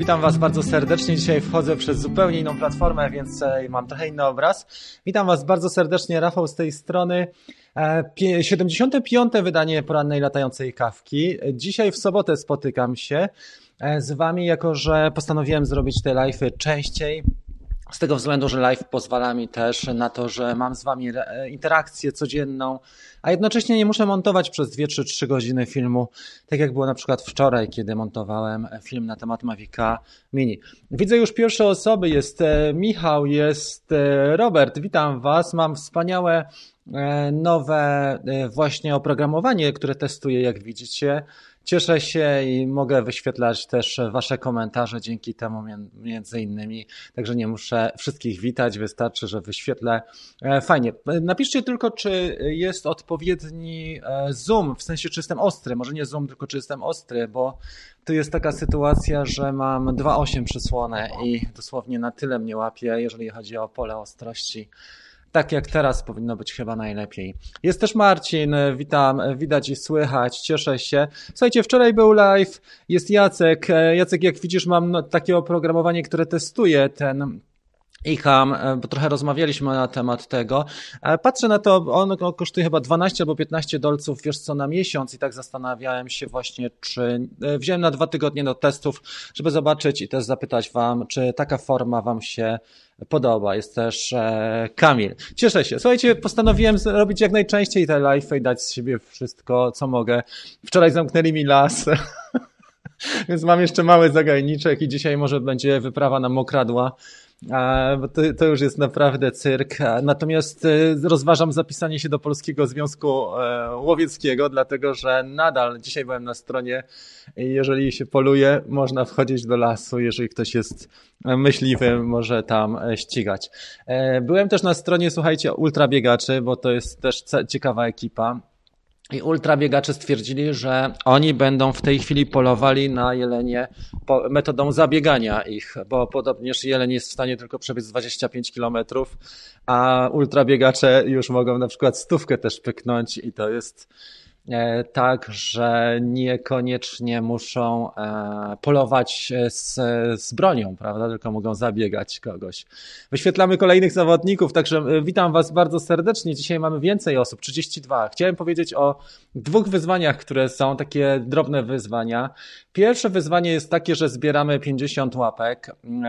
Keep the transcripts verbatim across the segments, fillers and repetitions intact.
Witam Was bardzo serdecznie. Dzisiaj wchodzę przez zupełnie inną platformę, więc mam trochę inny obraz. Witam Was bardzo serdecznie, Rafał z tej strony. siedemdziesiąte piąte wydanie porannej latającej kawki. Dzisiaj w sobotę spotykam się z Wami, jako że postanowiłem zrobić te live'y częściej. Z tego względu, że live pozwala mi też na to, że mam z Wami interakcję codzienną, a jednocześnie nie muszę montować przez dwie czy trzy godziny filmu, tak jak było na przykład wczoraj, kiedy montowałem film na temat Mavica Mini. Widzę już pierwsze osoby, jest Michał, jest Robert, witam Was, mam wspaniałe nowe właśnie oprogramowanie, które testuję, jak widzicie. Cieszę się i mogę wyświetlać też Wasze komentarze dzięki temu między innymi, także nie muszę wszystkich witać, wystarczy, że wyświetlę. Fajnie. Napiszcie tylko, czy jest odpowiedni zoom, w sensie czy jestem ostry, może nie zoom, tylko czy jestem ostry, bo tu jest taka sytuacja, że mam dwa osiem przysłonę i dosłownie na tyle mnie łapie, jeżeli chodzi o pole ostrości. Tak jak teraz powinno być chyba najlepiej. Jest też Marcin, witam, widać i słychać, cieszę się. Słuchajcie, wczoraj był live, jest Jacek. Jacek, jak widzisz, mam takie oprogramowanie, które testuje ten IHAM, bo trochę rozmawialiśmy na temat tego. Patrzę na to, on kosztuje chyba dwanaście albo piętnaście dolców, wiesz co, na miesiąc i tak zastanawiałem się właśnie, czy wziąłem na dwa tygodnie do testów, żeby zobaczyć i też zapytać Wam, czy taka forma Wam się podoba. Jest też Kamil. Cieszę się. Słuchajcie, postanowiłem robić jak najczęściej te live'y i dać z siebie wszystko, co mogę. Wczoraj zamknęli mi las, więc mam jeszcze mały zagajniczek i dzisiaj może będzie wyprawa na mokradła. Bo to, to już jest naprawdę cyrk. Natomiast rozważam zapisanie się do Polskiego Związku Łowieckiego, dlatego że nadal dzisiaj byłem na stronie i jeżeli się poluje, można wchodzić do lasu, jeżeli ktoś jest myśliwy, może tam ścigać. Byłem też na stronie, słuchajcie, ultrabiegaczy, bo to jest też ciekawa ekipa. I ultrabiegacze stwierdzili, że oni będą w tej chwili polowali na jelenie metodą zabiegania ich, bo podobnież jeleń jest w stanie tylko przebiec dwadzieścia pięć kilometrów, a ultrabiegacze już mogą na przykład stówkę też pyknąć i to jest tak, że niekoniecznie muszą polować z, z bronią, prawda, tylko mogą zabiegać kogoś. Wyświetlamy kolejnych zawodników, także witam Was bardzo serdecznie. Dzisiaj mamy więcej osób, trzydzieści dwa. Chciałem powiedzieć o dwóch wyzwaniach, które są takie drobne wyzwania. Pierwsze wyzwanie jest takie, że zbieramy pięćdziesiąt łapek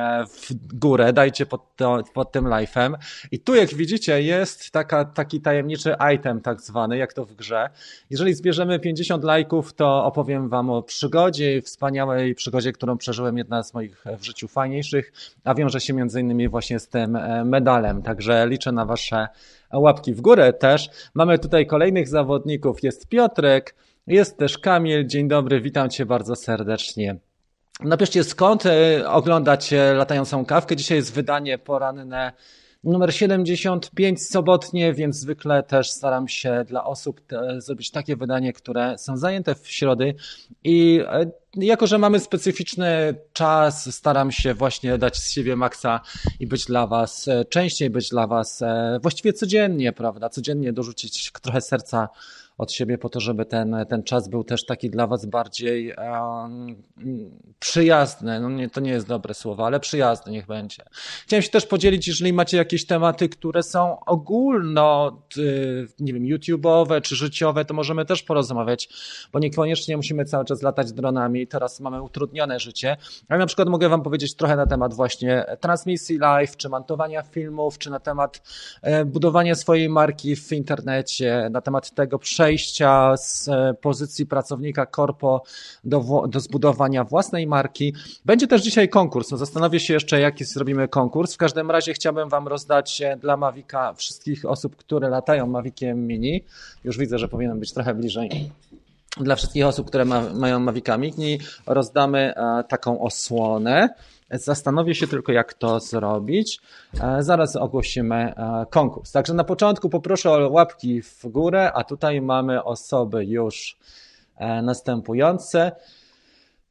w górę, dajcie pod, to, pod tym live'em. I tu, jak widzicie, jest taka, taki tajemniczy item tak zwany, jak to w grze. Jeżeli zbierzemy pięćdziesiąt lajków, to opowiem Wam o przygodzie, wspaniałej przygodzie, którą przeżyłem, jedna z moich w życiu fajniejszych, a wiąże się między innymi właśnie z tym medalem. Także liczę na Wasze łapki w górę też. Mamy tutaj kolejnych zawodników, jest Piotrek, jest też Kamil. Dzień dobry, witam Cię bardzo serdecznie. Napiszcie, skąd oglądacie latającą kawkę. Dzisiaj jest wydanie poranne numer siedemdziesiąt pięć sobotnie, więc zwykle też staram się dla osób te, zrobić takie wydanie, które są zajęte w środy i jako, że mamy specyficzny czas, staram się właśnie dać z siebie maksa i być dla Was częściej, być dla Was właściwie codziennie, prawda, codziennie dorzucić trochę serca od siebie po to, żeby ten, ten czas był też taki dla Was bardziej um, przyjazny. No nie, to nie jest dobre słowo, ale przyjazny niech będzie. Chciałem się też podzielić, jeżeli macie jakieś tematy, które są ogólno, nie wiem, YouTube'owe czy życiowe, to możemy też porozmawiać, bo niekoniecznie musimy cały czas latać dronami. Teraz mamy utrudnione życie, ale na przykład mogę Wam powiedzieć trochę na temat właśnie transmisji live, czy montowania filmów, czy na temat budowania swojej marki w internecie, na temat tego przejścia z pozycji pracownika korpo do, do zbudowania własnej marki. Będzie też dzisiaj konkurs. No zastanowię się jeszcze, jaki zrobimy konkurs. W każdym razie chciałbym Wam rozdać dla Mavica wszystkich osób, które latają Maviciem Mini. Już widzę, że powinienem być trochę bliżej. Dla wszystkich osób, które ma, mają Mavica Mini, rozdamy e, taką osłonę. Zastanowię się tylko, jak to zrobić. E, zaraz ogłosimy e, konkurs. Także na początku poproszę o łapki w górę, a tutaj mamy osoby już e, następujące.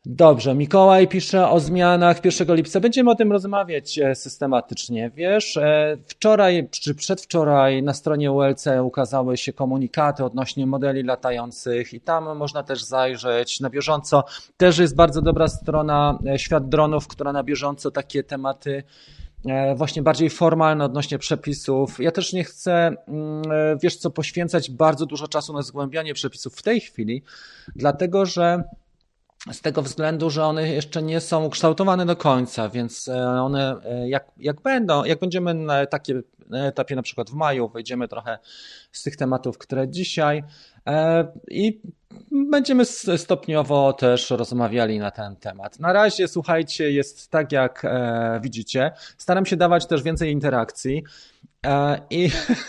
Dobrze, Mikołaj pisze o zmianach pierwszego lipca. Będziemy o tym rozmawiać systematycznie. Wiesz, wczoraj czy przedwczoraj na stronie U L C ukazały się komunikaty odnośnie modeli latających i tam można też zajrzeć na bieżąco. Też jest bardzo dobra strona Świat Dronów, która na bieżąco takie tematy właśnie bardziej formalne odnośnie przepisów. Ja też nie chcę, wiesz co, poświęcać bardzo dużo czasu na zgłębianie przepisów w tej chwili, dlatego że z tego względu, że one jeszcze nie są ukształtowane do końca, więc one jak, jak będą, jak będziemy na, takie, na etapie na przykład w maju, wejdziemy trochę z tych tematów, które dzisiaj i będziemy stopniowo też rozmawiali na ten temat. Na razie, słuchajcie, jest tak jak widzicie, staram się dawać też więcej interakcji i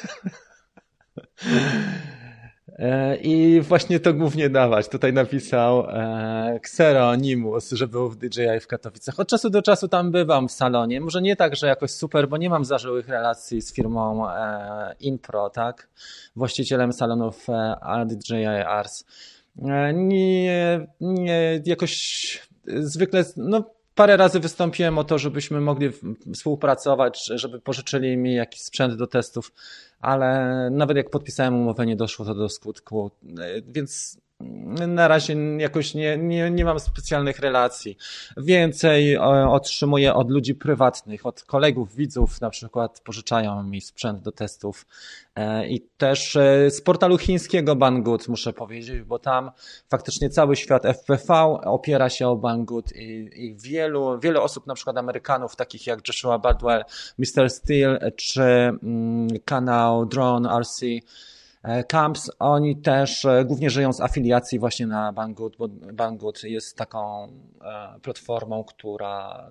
I właśnie to głównie dawać. Tutaj napisał Xeronimus, że był w D J I w Katowicach. Od czasu do czasu tam bywam w salonie. Może nie tak, że jakoś super, bo nie mam zażyłych relacji z firmą Inpro, tak? Właścicielem salonów D J I Ars. Nie, nie, jakoś zwykle, no parę razy wystąpiłem o to, żebyśmy mogli współpracować, żeby pożyczyli mi jakiś sprzęt do testów, ale nawet jak podpisałem umowę, nie doszło to do skutku, więc na razie jakoś nie, nie, nie mam specjalnych relacji. Więcej otrzymuję od ludzi prywatnych, od kolegów, widzów, na przykład pożyczają mi sprzęt do testów i też z portalu chińskiego Banggood muszę powiedzieć, bo tam faktycznie cały świat F P V opiera się o Banggood i, i wielu, wiele osób, na przykład Amerykanów, takich jak Joshua Bardwell, mister Steele czy mm, kanał Drone R C Camps, oni też głównie żyją z afiliacji właśnie na Banggood, bo Banggood jest taką platformą, która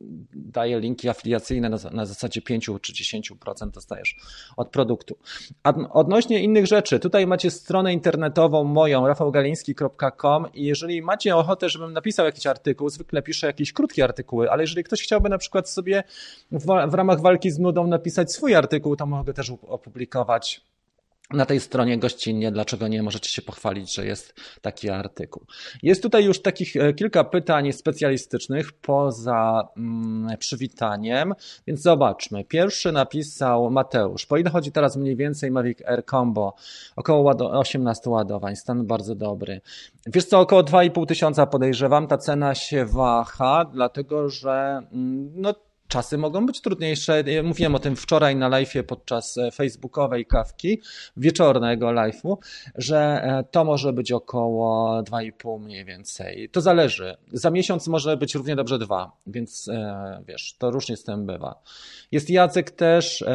daje linki afiliacyjne na, na zasadzie pięć czy dziesięć procent dostajesz od produktu. A odnośnie innych rzeczy, tutaj macie stronę internetową moją, rafał galiński kropka com i jeżeli macie ochotę, żebym napisał jakiś artykuł, zwykle piszę jakieś krótkie artykuły, ale jeżeli ktoś chciałby na przykład sobie w, w ramach walki z nudą napisać swój artykuł, to mogę też opublikować na tej stronie gościnnie, dlaczego nie, możecie się pochwalić, że jest taki artykuł. Jest tutaj już takich kilka pytań specjalistycznych poza mm, przywitaniem, więc zobaczmy. Pierwszy napisał Mateusz. Po ile chodzi teraz mniej więcej Mavic Air Combo? Około osiemnaście ładowań, stan bardzo dobry. Wiesz co, około dwa i pół tysiąca podejrzewam, ta cena się waha, dlatego że no czasy mogą być trudniejsze. Mówiłem o tym wczoraj na live'ie podczas facebookowej kawki, wieczornego live'u, że to może być około dwa i pół mniej więcej. To zależy. Za miesiąc może być równie dobrze dwa, więc wiesz, to różnie z tym bywa. Jest Jacek też,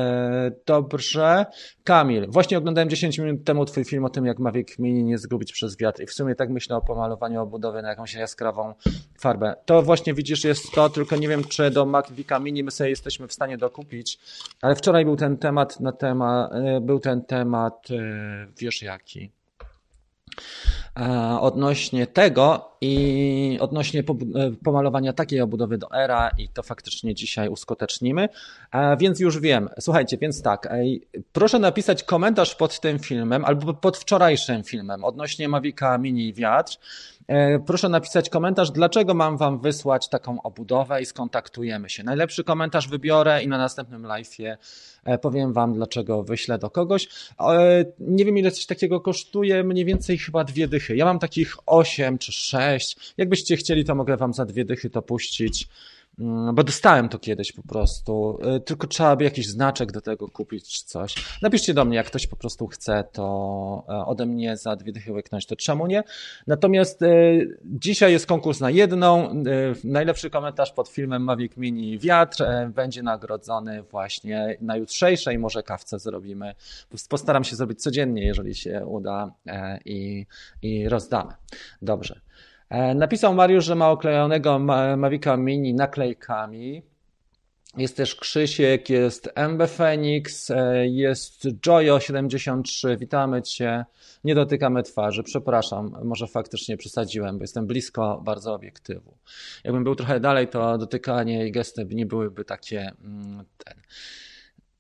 dobrze. Kamil, właśnie oglądałem dziesięć minut temu twój film o tym, jak Mavic Mini nie zgubić przez wiatr i w sumie tak myślę o pomalowaniu obudowy na jakąś jaskrawą farbę. To właśnie widzisz jest to, tylko nie wiem, czy do Mavica Mini my sobie jesteśmy w stanie dokupić, ale wczoraj był ten temat na temat, był ten temat, wiesz jaki, odnośnie tego i odnośnie pomalowania takiej obudowy do Era i to faktycznie dzisiaj uskutecznimy, więc już wiem. Słuchajcie, więc tak, proszę napisać komentarz pod tym filmem albo pod wczorajszym filmem odnośnie Mavica Mini Wiatr. Proszę napisać komentarz, dlaczego mam wam wysłać taką obudowę i skontaktujemy się. Najlepszy komentarz wybiorę i na następnym live'ie powiem wam, dlaczego wyślę do kogoś. Nie wiem, ile coś takiego kosztuje, mniej więcej chyba dwie dychy. Ja mam takich osiem czy sześć. Jakbyście chcieli, to mogę wam za dwie dychy to puścić. Bo dostałem to kiedyś po prostu, tylko trzeba by jakiś znaczek do tego kupić czy coś. Napiszcie do mnie, jak ktoś po prostu chce to ode mnie za dwie dychy łyknąć, to czemu nie? Natomiast dzisiaj jest konkurs na jedną, najlepszy komentarz pod filmem Mavic Mini Wiatr będzie nagrodzony właśnie na jutrzejszej, może kawce zrobimy. Postaram się zrobić codziennie, jeżeli się uda i, i rozdamy. Dobrze. Napisał Mariusz, że ma oklejonego Mavica Mini naklejkami. Jest też Krzysiek, jest M B Phoenix, jest Joyo siedemdziesiąt trzy. Witamy cię. Nie dotykamy twarzy, przepraszam, może faktycznie przesadziłem, bo jestem blisko bardzo obiektywu. Jakbym był trochę dalej, to dotykanie i gesty nie byłyby takie ten.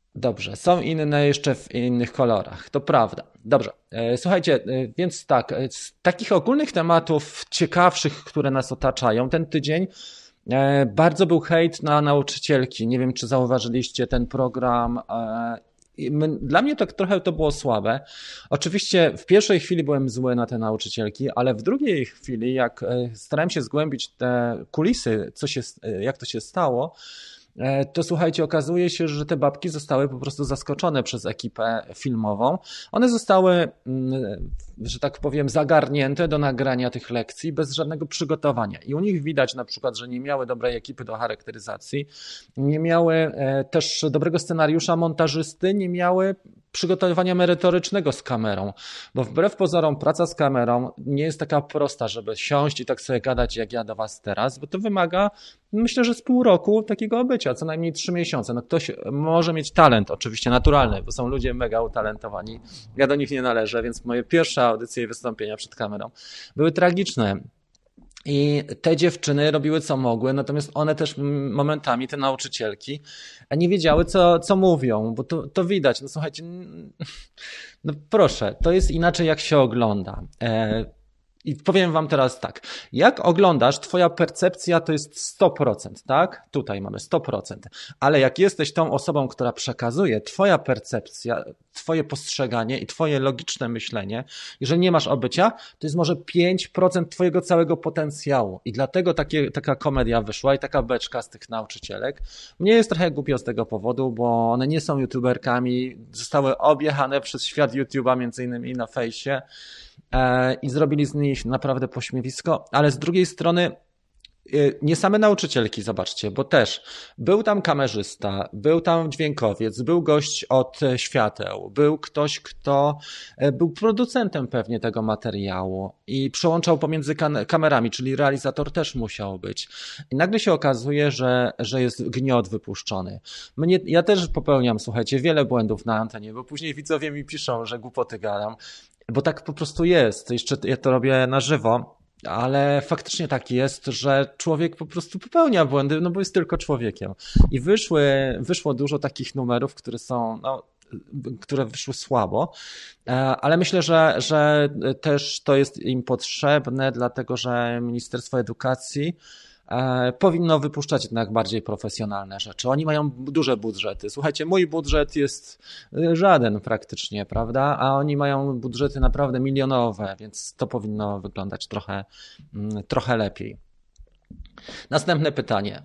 Dobrze, są inne jeszcze w innych kolorach, to prawda. Dobrze, e, słuchajcie, e, więc tak, e, z takich ogólnych tematów ciekawszych, które nas otaczają ten tydzień, e, bardzo był hejt na nauczycielki. Nie wiem, czy zauważyliście ten program. e, i my- Dla mnie tak trochę to było słabe. Oczywiście w pierwszej chwili byłem zły na te nauczycielki, ale w drugiej chwili, jak e, starałem się zgłębić te kulisy, co się, e, jak to się stało, E, to słuchajcie, okazuje się, że te babki zostały po prostu zaskoczone przez ekipę filmową. One zostały, mm, że tak powiem, zagarnięte do nagrania tych lekcji bez żadnego przygotowania. I u nich widać na przykład, że nie miały dobrej ekipy do charakteryzacji, nie miały e, też dobrego scenariusza montażysty, nie miały przygotowania merytorycznego z kamerą, bo wbrew pozorom praca z kamerą nie jest taka prosta, żeby siąść i tak sobie gadać jak ja do was teraz, bo to wymaga, myślę, że z pół roku takiego bycia, co najmniej trzy miesiące. No ktoś może mieć talent, oczywiście naturalny, bo są ludzie mega utalentowani. Ja do nich nie należę, więc moje pierwsze audycje i wystąpienia przed kamerą były tragiczne. I te dziewczyny robiły co mogły, natomiast one też momentami, te nauczycielki, nie wiedziały co, co mówią, bo to, to widać. No słuchajcie, no proszę, to jest inaczej jak się ogląda. E, I powiem wam teraz tak, jak oglądasz, twoja percepcja to jest sto procent, tak? Tutaj mamy sto procent, ale jak jesteś tą osobą, która przekazuje, twoja percepcja, twoje postrzeganie i twoje logiczne myślenie, jeżeli nie masz obycia, to jest może pięć procent twojego całego potencjału i dlatego takie, taka komedia wyszła i taka beczka z tych nauczycielek. Mnie jest trochę głupio z tego powodu, bo one nie są youtuberkami, zostały objechane przez świat YouTube'a, między innymi na fejsie, i zrobili z nich naprawdę pośmiewisko, ale z drugiej strony nie same nauczycielki, zobaczcie, bo też był tam kamerzysta, był tam dźwiękowiec, był gość od świateł, był ktoś, kto był producentem pewnie tego materiału i przełączał pomiędzy kamerami, czyli realizator też musiał być. I nagle się okazuje, że, że jest gniot wypuszczony. Mnie, ja też popełniam, słuchajcie, wiele błędów na antenie, bo później widzowie mi piszą, że głupoty gadam, bo tak po prostu jest. Jeszcze ja to robię na żywo. Ale faktycznie tak jest, że człowiek po prostu popełnia błędy, no bo jest tylko człowiekiem. I wyszły, wyszło dużo takich numerów, które są, no, które wyszły słabo, ale myślę, że, że też to jest im potrzebne, dlatego że Ministerstwo Edukacji powinno wypuszczać jednak bardziej profesjonalne rzeczy. Oni mają duże budżety. Słuchajcie, mój budżet jest żaden praktycznie, prawda? A oni mają budżety naprawdę milionowe, więc to powinno wyglądać trochę, trochę lepiej. Następne pytanie.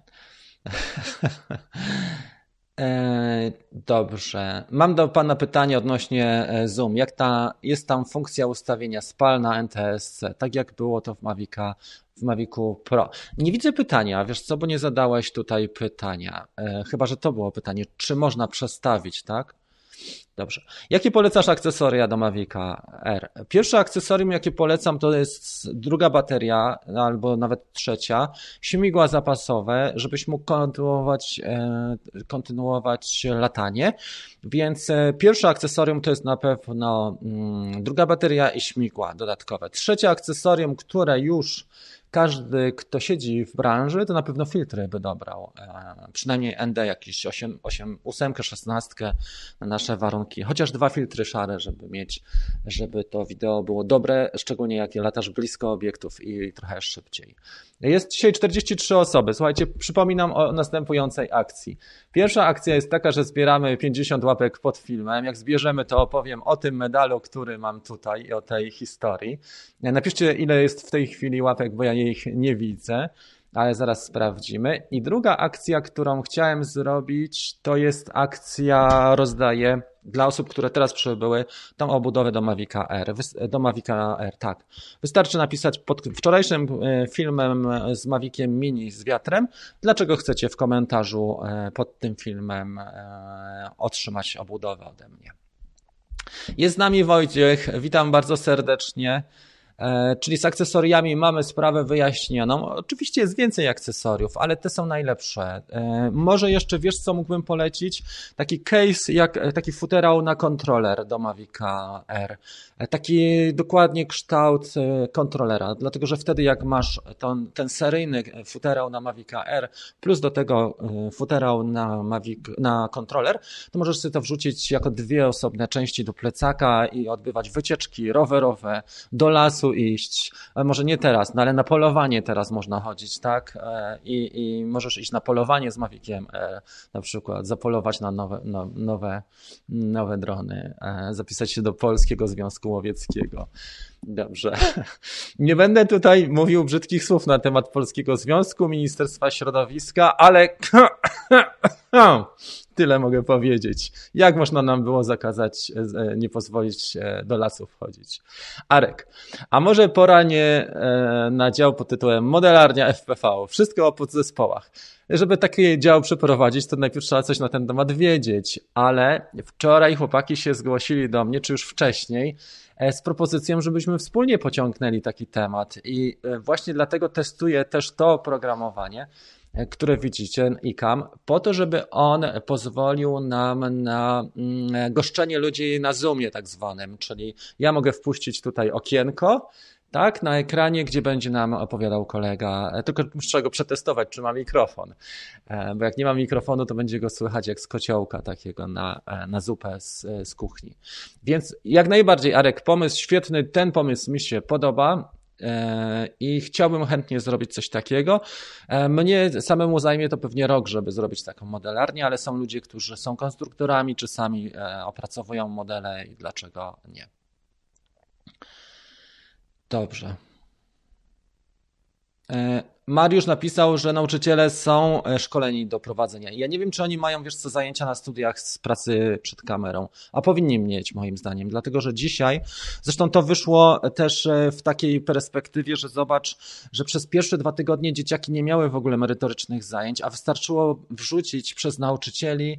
Dobrze. Mam do pana pytanie odnośnie Zoom. Jak ta, jest tam funkcja ustawienia spalna N T S C, tak jak było to w Mavica, w Mavicu Pro? Nie widzę pytania, wiesz co, bo nie zadałeś tutaj pytania. Chyba że to było pytanie, czy można przestawić, tak? Dobrze. Jakie polecasz akcesoria do Mavica R? Pierwsze akcesorium, jakie polecam, to jest druga bateria, albo nawet trzecia, śmigła zapasowe, żebyś mógł kontynuować, kontynuować latanie. Więc pierwsze akcesorium to jest na pewno druga bateria i śmigła dodatkowe. Trzecie akcesorium, które już każdy, kto siedzi w branży, to na pewno filtry by dobrał. Przynajmniej N D jakiś osiem, osiem, ósem, szesnaście na nasze warunki. Chociaż dwa filtry szare, żeby mieć, żeby to wideo było dobre, szczególnie jak latasz blisko obiektów i trochę szybciej. Jest dzisiaj czterdzieści trzy osoby. Słuchajcie, przypominam o następującej akcji. Pierwsza akcja jest taka, że zbieramy pięćdziesiąt łapek pod filmem. Jak zbierzemy, to opowiem o tym medalu, który mam tutaj i o tej historii. Napiszcie, ile jest w tej chwili łapek, bo ja ich nie widzę, ale zaraz sprawdzimy. I druga akcja, którą chciałem zrobić, to jest akcja rozdaję dla osób, które teraz przybyły, tą obudowę do Mavica R. Do Mavica R, tak. Wystarczy napisać pod wczorajszym filmem z Maviciem Mini z wiatrem, dlaczego chcecie w komentarzu pod tym filmem otrzymać obudowę ode mnie. Jest z nami Wojciech, witam bardzo serdecznie. Czyli z akcesoriami mamy sprawę wyjaśnioną. Oczywiście jest więcej akcesoriów, ale te są najlepsze. Może jeszcze, wiesz co mógłbym polecić? Taki case, jak taki futerał na kontroler do Mavica R. Taki dokładnie kształt kontrolera, dlatego że wtedy jak masz ten, ten seryjny futerał na Mavica R plus do tego futerał na, Mavic, na kontroler, to możesz sobie to wrzucić jako dwie osobne części do plecaka i odbywać wycieczki rowerowe, do lasu iść, może nie teraz, no ale na polowanie teraz można chodzić, tak? I, i możesz iść na polowanie z Maviciem, na przykład zapolować na nowe, no, nowe, nowe drony, zapisać się do Polskiego Związku Łowieckiego. Dobrze. Nie będę tutaj mówił brzydkich słów na temat Polskiego Związku, Ministerstwa Środowiska, ale tyle mogę powiedzieć. Jak można nam było zakazać, nie pozwolić do lasu wchodzić? Arek, a może pora nie na dział pod tytułem Modelarnia F P V, wszystko o podzespołach. Żeby taki dział przeprowadzić, to najpierw trzeba coś na ten temat wiedzieć, ale wczoraj chłopaki się zgłosili do mnie, czy już wcześniej, z propozycją, żebyśmy wspólnie pociągnęli taki temat i właśnie dlatego testuję też to oprogramowanie, które widzicie, I C A M, po to, żeby on pozwolił nam na goszczenie ludzi na Zoomie tak zwanym, czyli ja mogę wpuścić tutaj okienko, tak, na ekranie, gdzie będzie nam opowiadał kolega, tylko muszę go przetestować, czy ma mikrofon, bo jak nie ma mikrofonu, to będzie go słychać jak z kociołka takiego na, na zupę z, z kuchni. Więc jak najbardziej, Arek, pomysł świetny, ten pomysł mi się podoba i chciałbym chętnie zrobić coś takiego. Mnie samemu zajmie to pewnie rok, żeby zrobić taką modelarnię, ale są ludzie, którzy są konstruktorami, czy sami opracowują modele i dlaczego nie. Dobrze. Mariusz napisał, że nauczyciele są szkoleni do prowadzenia. Ja nie wiem, czy oni mają, wiesz co, zajęcia na studiach z pracy przed kamerą, a powinni mieć moim zdaniem, dlatego że dzisiaj, zresztą to wyszło też w takiej perspektywie, że zobacz, że przez pierwsze dwa tygodnie dzieciaki nie miały w ogóle merytorycznych zajęć, a wystarczyło wrzucić przez nauczycieli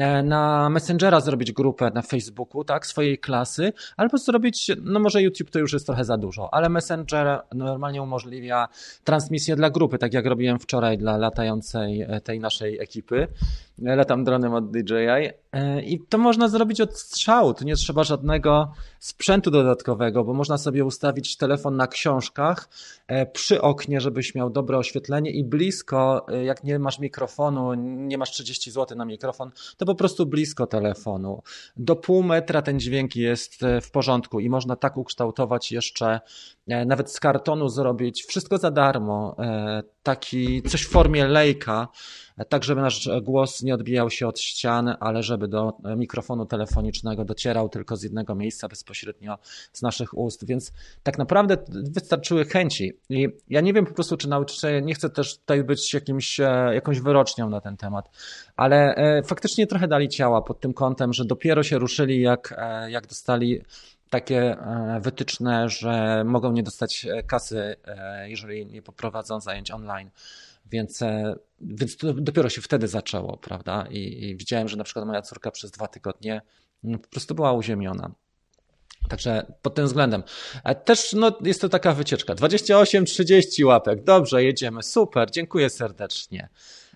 na Messengera, zrobić grupę na Facebooku, tak, swojej klasy, albo zrobić, no może YouTube to już jest trochę za dużo, ale Messenger normalnie umożliwia transmisję dla grupy, tak jak robiłem wczoraj dla latającej tej naszej ekipy. Latam dronem od D J I i to można zrobić od strzału, tu nie trzeba żadnego sprzętu dodatkowego, bo można sobie ustawić telefon na książkach przy oknie, żebyś miał dobre oświetlenie i blisko, jak nie masz mikrofonu, nie masz trzydzieści złotych na mikrofon, to po prostu blisko telefonu. Do pół metra ten dźwięk jest w porządku i można tak ukształtować jeszcze, nawet z kartonu zrobić, wszystko za darmo, taki coś w formie lejka, tak żeby nasz głos nie odbijał się od ścian, ale żeby do mikrofonu telefonicznego docierał tylko z jednego miejsca bezpośrednio z naszych ust, więc tak naprawdę wystarczyły chęci i ja nie wiem po prostu, czy nauczyciele, nie chcę też tutaj być jakimś, jakąś wyrocznią na ten temat, ale faktycznie trochę dali ciała pod tym kątem, że dopiero się ruszyli, jak, jak dostali takie wytyczne, że mogą nie dostać kasy, jeżeli nie poprowadzą zajęć online. Więc, więc to dopiero się wtedy zaczęło, prawda? I, I widziałem, że na przykład moja córka przez dwa tygodnie po prostu była uziemiona. Także pod tym względem. Też no, jest to taka wycieczka. dwadzieścia osiem trzydzieści łapek. Dobrze, jedziemy. Super, dziękuję serdecznie.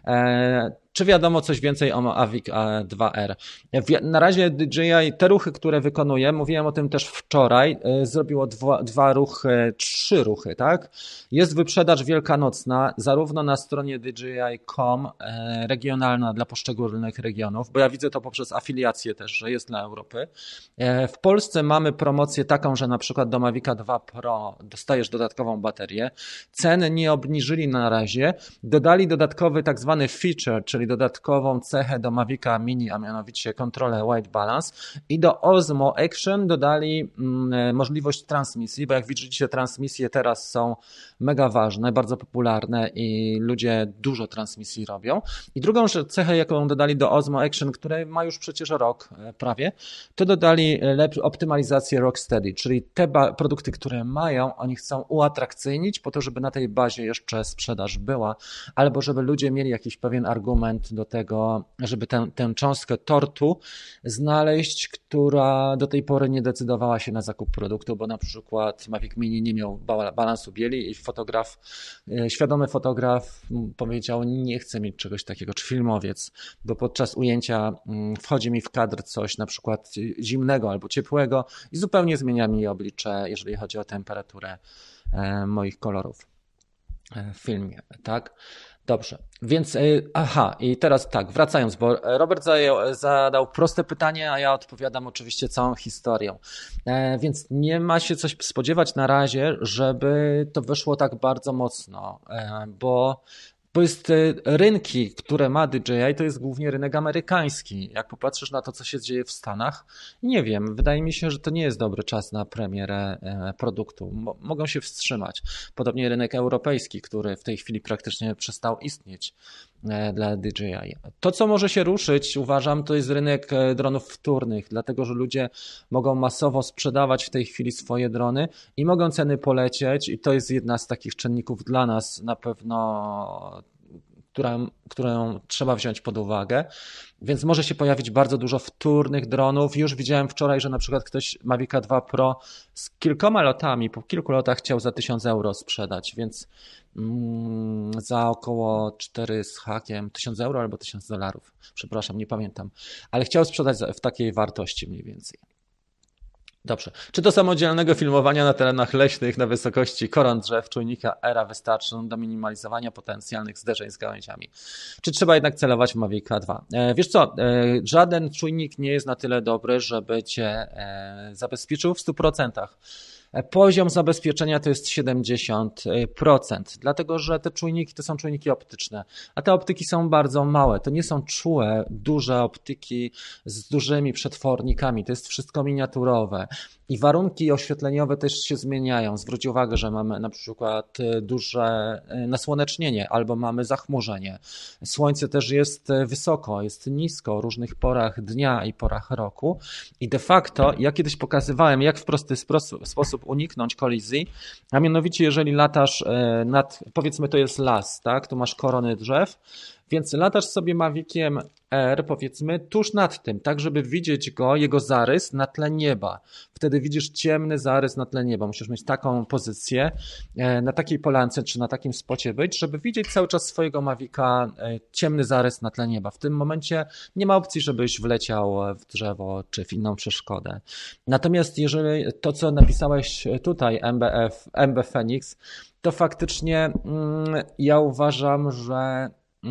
Czy wiadomo coś więcej o Mavic dwa R? Na razie D J I, te ruchy, które wykonuje, mówiłem o tym też wczoraj, zrobiło dwa, dwa ruchy, trzy ruchy, tak? Jest wyprzedaż wielkanocna, zarówno na stronie D J I kropka com, regionalna dla poszczególnych regionów, bo ja widzę to poprzez afiliację też, że jest dla Europy. W Polsce mamy promocję taką, że na przykład do Mavica dwa Pro dostajesz dodatkową baterię. Ceny nie obniżyli na razie, dodali dodatkowy tak zwany feature, czyli dodatkową cechę do Mavica Mini, a mianowicie kontrolę White Balance i do Osmo Action dodali mm, możliwość transmisji, bo jak widzicie transmisje teraz są mega ważne, bardzo popularne i ludzie dużo transmisji robią. I drugą cechę, jaką dodali do Osmo Action, które ma już przecież rok prawie, to dodali optymalizację Rocksteady, czyli te produkty, które mają, oni chcą uatrakcyjnić po to, żeby na tej bazie jeszcze sprzedaż była, albo żeby ludzie mieli jakiś pewien argument moment do tego, żeby tę, tę cząstkę tortu znaleźć, która do tej pory nie decydowała się na zakup produktu, bo na przykład Mavic Mini nie miał balansu bieli i fotograf, świadomy fotograf powiedział, nie chcę mieć czegoś takiego, czy filmowiec, bo podczas ujęcia wchodzi mi w kadr coś na przykład zimnego albo ciepłego i zupełnie zmienia mi oblicze, jeżeli chodzi o temperaturę moich kolorów w filmie, tak? Dobrze, więc aha, i teraz tak, wracając, bo Robert zajął, zadał proste pytanie, a ja odpowiadam oczywiście całą historią. E, więc nie ma się coś spodziewać na razie, żeby to wyszło tak bardzo mocno, e, bo Bo jest rynki, które ma D J I, to jest głównie rynek amerykański. Jak popatrzysz na to, co się dzieje w Stanach, nie wiem, wydaje mi się, że to nie jest dobry czas na premierę produktu. Mogą się wstrzymać. Podobnie rynek europejski, który w tej chwili praktycznie przestał istnieć dla D J I. To, co może się ruszyć, uważam, to jest rynek dronów wtórnych, dlatego że ludzie mogą masowo sprzedawać w tej chwili swoje drony i mogą ceny polecieć i to jest jedna z takich czynników dla nas na pewno, którą, którą trzeba wziąć pod uwagę, więc może się pojawić bardzo dużo wtórnych dronów. Już widziałem wczoraj, że na przykład ktoś Mavica dwa Pro z kilkoma lotami, po kilku lotach chciał za tysiąc euro sprzedać, więc mm, za około cztery z hakiem, tysiąc euro albo tysiąc dolarów, przepraszam, nie pamiętam, ale chciał sprzedać w takiej wartości mniej więcej. Dobrze. Czy do samodzielnego filmowania na terenach leśnych na wysokości koron drzew czujnika ERA wystarczą do minimalizowania potencjalnych zderzeń z gałęziami? Czy trzeba jednak celować w Mavica dwa? Wiesz co, żaden czujnik nie jest na tyle dobry, żeby cię zabezpieczył w stu procentach. Poziom zabezpieczenia to jest siedemdziesiąt procent, dlatego że te czujniki to są czujniki optyczne, a te optyki są bardzo małe. To nie są czułe, duże optyki z dużymi przetwornikami, to jest wszystko miniaturowe i warunki oświetleniowe też się zmieniają. Zwróć uwagę, że mamy na przykład duże nasłonecznienie albo mamy zachmurzenie. Słońce też jest wysoko, jest nisko w różnych porach dnia i porach roku i de facto ja kiedyś pokazywałem, jak w prosty sposób uniknąć kolizji, a mianowicie jeżeli latasz nad, powiedzmy to jest las, tak, tu masz korony drzew, więc latasz sobie Maviciem R, powiedzmy, tuż nad tym, tak żeby widzieć go, jego zarys na tle nieba. Wtedy widzisz ciemny zarys na tle nieba. Musisz mieć taką pozycję, na takiej polance czy na takim spocie być, żeby widzieć cały czas swojego Mavica ciemny zarys na tle nieba. W tym momencie nie ma opcji, żebyś wleciał w drzewo czy w inną przeszkodę. Natomiast jeżeli to, co napisałeś tutaj, M B F, M B Phoenix, to faktycznie mm, ja uważam, że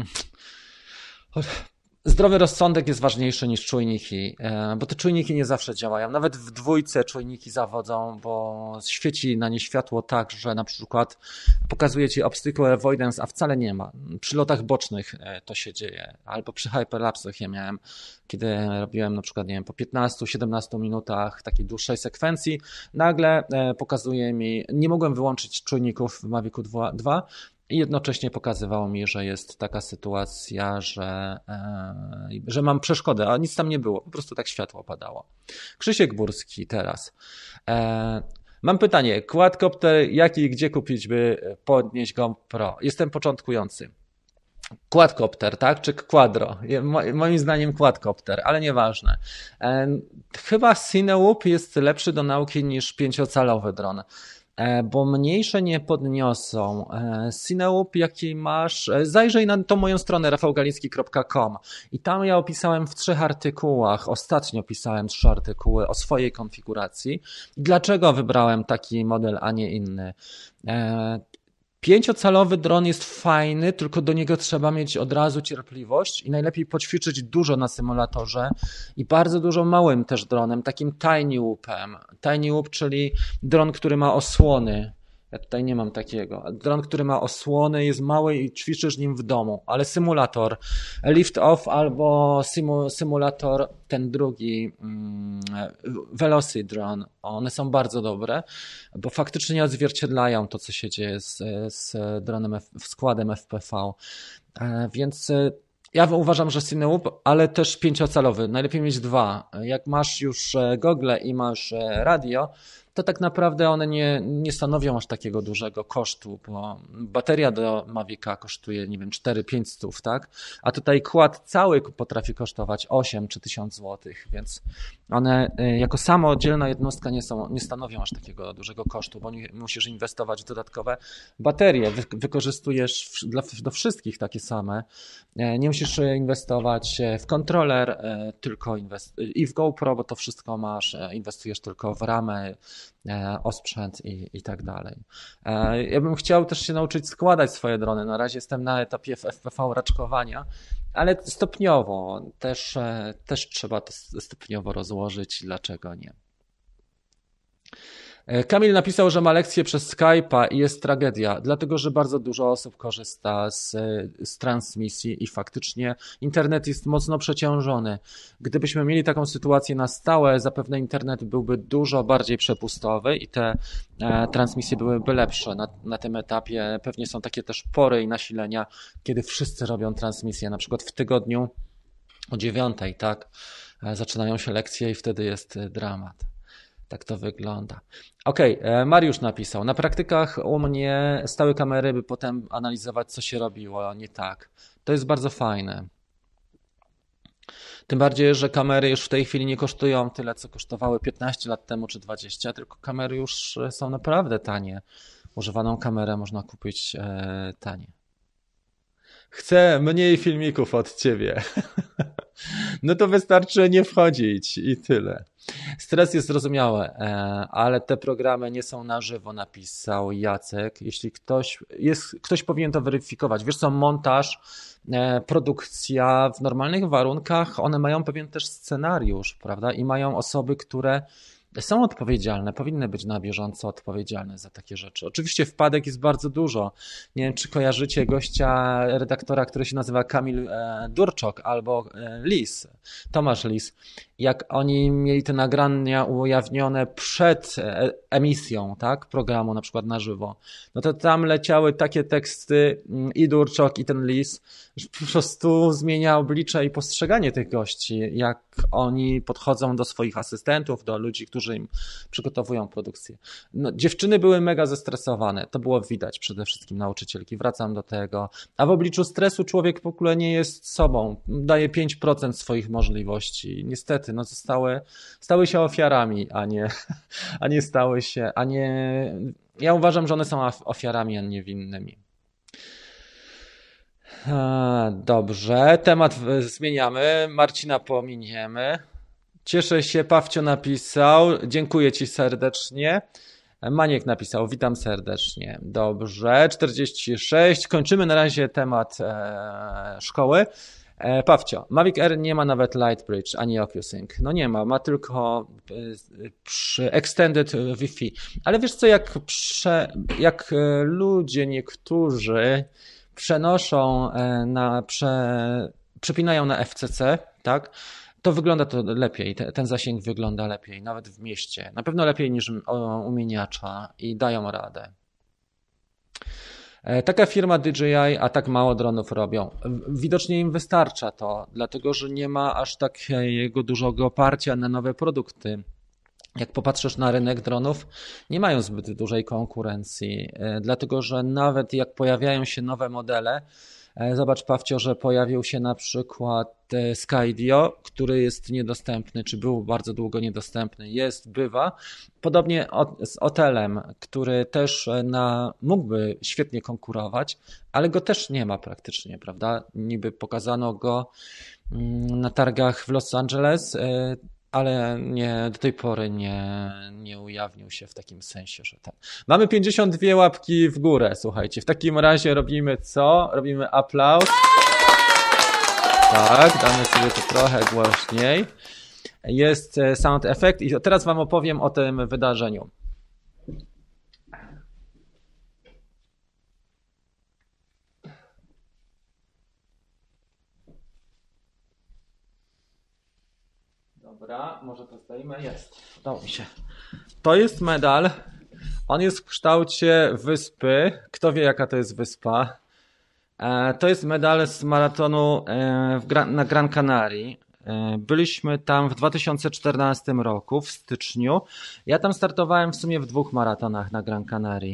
zdrowy rozsądek jest ważniejszy niż czujniki, bo te czujniki nie zawsze działają. Nawet w dwójce czujniki zawodzą, bo świeci na nie światło tak, że na przykład pokazuje ci obstacle avoidance, a wcale nie ma. Przy lotach bocznych to się dzieje, albo przy hyperlapsach ja miałem, kiedy robiłem na przykład, nie wiem, po piętnastu siedemnastu minutach takiej dłuższej sekwencji, nagle pokazuje mi, nie mogłem wyłączyć czujników w Mavicu dwa, i jednocześnie pokazywało mi, że jest taka sytuacja, że, e, że mam przeszkodę, a nic tam nie było, po prostu tak światło padało. Krzysiek Górski teraz. E, mam pytanie, quadcopter jaki i gdzie kupić, by podnieść GoPro? Jestem początkujący. Quadcopter, tak? Czy quadro? Moim zdaniem quadcopter, ale nieważne. E, chyba Cinewoop jest lepszy do nauki niż pięciocalowy dron, bo mniejsze nie podniosą. Cinewoop, jaki masz, zajrzyj na tą moją stronę rafał galiński kropka com i tam ja opisałem w trzech artykułach, ostatnio pisałem trzy artykuły o swojej konfiguracji. Dlaczego wybrałem taki model, a nie inny? Pięciocalowy dron jest fajny, tylko do niego trzeba mieć od razu cierpliwość i najlepiej poćwiczyć dużo na symulatorze i bardzo dużo małym też dronem, takim Tiny Whoopem. Tiny Whoop, czyli dron, który ma osłony. Ja tutaj nie mam takiego. Dron, który ma osłony, jest mały i ćwiczysz nim w domu, ale symulator Lift Off albo symu, symulator ten drugi um, Velocity Drone, one są bardzo dobre, bo faktycznie odzwierciedlają to, co się dzieje z, z dronem, F, składem F P V. E, więc ja uważam, że Cinewoop, ale też pięciocalowy. Najlepiej mieć dwa. Jak masz już gogle i masz radio, to tak naprawdę one nie, nie stanowią aż takiego dużego kosztu, bo bateria do Mavica kosztuje, nie wiem, cztery pięć stów, tak? A tutaj kład cały potrafi kosztować osiem czy tysiąc złotych, więc one jako samodzielna jednostka nie, są, nie stanowią aż takiego dużego kosztu, bo nie, musisz inwestować w dodatkowe baterie, Wy, wykorzystujesz w, dla, do wszystkich takie same, nie musisz inwestować w kontroler, tylko inwest- i w GoPro, bo to wszystko masz, inwestujesz tylko w ramę, osprzęt i, i tak dalej. Ja bym chciał też się nauczyć składać swoje drony. Na razie jestem na etapie F P V raczkowania, ale stopniowo też, też trzeba to stopniowo rozłożyć. Dlaczego nie? Kamil napisał, że ma lekcję przez Skype'a i jest tragedia, dlatego że bardzo dużo osób korzysta z, z transmisji i faktycznie internet jest mocno przeciążony. Gdybyśmy mieli taką sytuację na stałe, zapewne internet byłby dużo bardziej przepustowy i te e, transmisje byłyby lepsze. Na, na tym etapie pewnie są takie też pory i nasilenia, kiedy wszyscy robią transmisję, na przykład w tygodniu o dziewiątej, tak? E, zaczynają się lekcje i wtedy jest dramat. Tak to wygląda. Okej, okay, Mariusz napisał, na praktykach u mnie stały kamery, by potem analizować, co się robiło nie tak. To jest bardzo fajne. Tym bardziej, że kamery już w tej chwili nie kosztują tyle, co kosztowały piętnaście lat temu czy dwadzieścia, tylko kamery już są naprawdę tanie. Używaną kamerę można kupić e, tanie. Chcę mniej filmików od ciebie. No to wystarczy nie wchodzić i tyle. Stres jest zrozumiały, ale te programy nie są na żywo, napisał Jacek. Jeśli ktoś jest, ktoś powinien to weryfikować. Wiesz co, montaż, produkcja w normalnych warunkach, one mają pewien też scenariusz, prawda? I mają osoby, które są odpowiedzialne, powinny być na bieżąco odpowiedzialne za takie rzeczy. Oczywiście wpadek jest bardzo dużo. Nie wiem, czy kojarzycie gościa, redaktora, który się nazywa Kamil Durczok albo Lis, Tomasz Lis. Jak oni mieli te nagrania ujawnione przed emisją, tak, programu na przykład na żywo, no to tam leciały takie teksty i Durczok i ten Lis, że po prostu zmienia oblicze i postrzeganie tych gości, jak oni podchodzą do swoich asystentów, do ludzi, którzy im przygotowują produkcję. No, dziewczyny były mega zestresowane, to było widać, przede wszystkim nauczycielki, wracam do tego, a w obliczu stresu człowiek w ogóle nie jest sobą, daje pięć procent swoich możliwości, niestety, no zostały, stały się ofiarami, a nie, a nie stały się, a nie, ja uważam, że one są ofiarami, a nie winnymi. Dobrze, temat zmieniamy, Marcina pominiemy. Cieszę się, Pawcio napisał, dziękuję Ci serdecznie. Maniek napisał, witam serdecznie. Dobrze, czterdzieści sześć, kończymy na razie temat e, szkoły. E, Pawcio, Mavic Air nie ma nawet Lightbridge ani OcuSync. No nie ma, ma tylko e, przy Extended Wi-Fi. Ale wiesz co, jak, prze, jak ludzie niektórzy przenoszą na, prze, przepinają na F C C, tak, to wygląda to lepiej, ten zasięg wygląda lepiej, nawet w mieście. Na pewno lepiej niż u miniacza i dają radę. Taka firma D J I, a tak mało dronów robią. Widocznie im wystarcza to, dlatego że nie ma aż takiego dużego oparcia na nowe produkty. Jak popatrzysz na rynek dronów, nie mają zbyt dużej konkurencji, dlatego że nawet jak pojawiają się nowe modele, zobacz Pawcio, że pojawił się na przykład Skydio, który jest niedostępny, czy był bardzo długo niedostępny, jest, bywa. Podobnie z Otelem, który też na, mógłby świetnie konkurować, ale go też nie ma praktycznie, prawda? Niby pokazano go na targach w Los Angeles, ale nie, do tej pory nie, nie ujawnił się w takim sensie, że ten. Mamy pięćdziesiąt dwie łapki w górę, słuchajcie. W takim razie robimy co? Robimy aplauz. Tak, damy sobie to trochę głośniej. Jest sound effect i teraz wam opowiem o tym wydarzeniu. Dobra, może to zdejmę. Jest. Udało mi się. To jest medal. On jest w kształcie wyspy. Kto wie, jaka to jest wyspa? To jest medal z maratonu na Gran Canaria. Byliśmy tam w dwa tysiące czternastym roku, w styczniu. Ja tam startowałem w sumie w dwóch maratonach na Gran Canaria.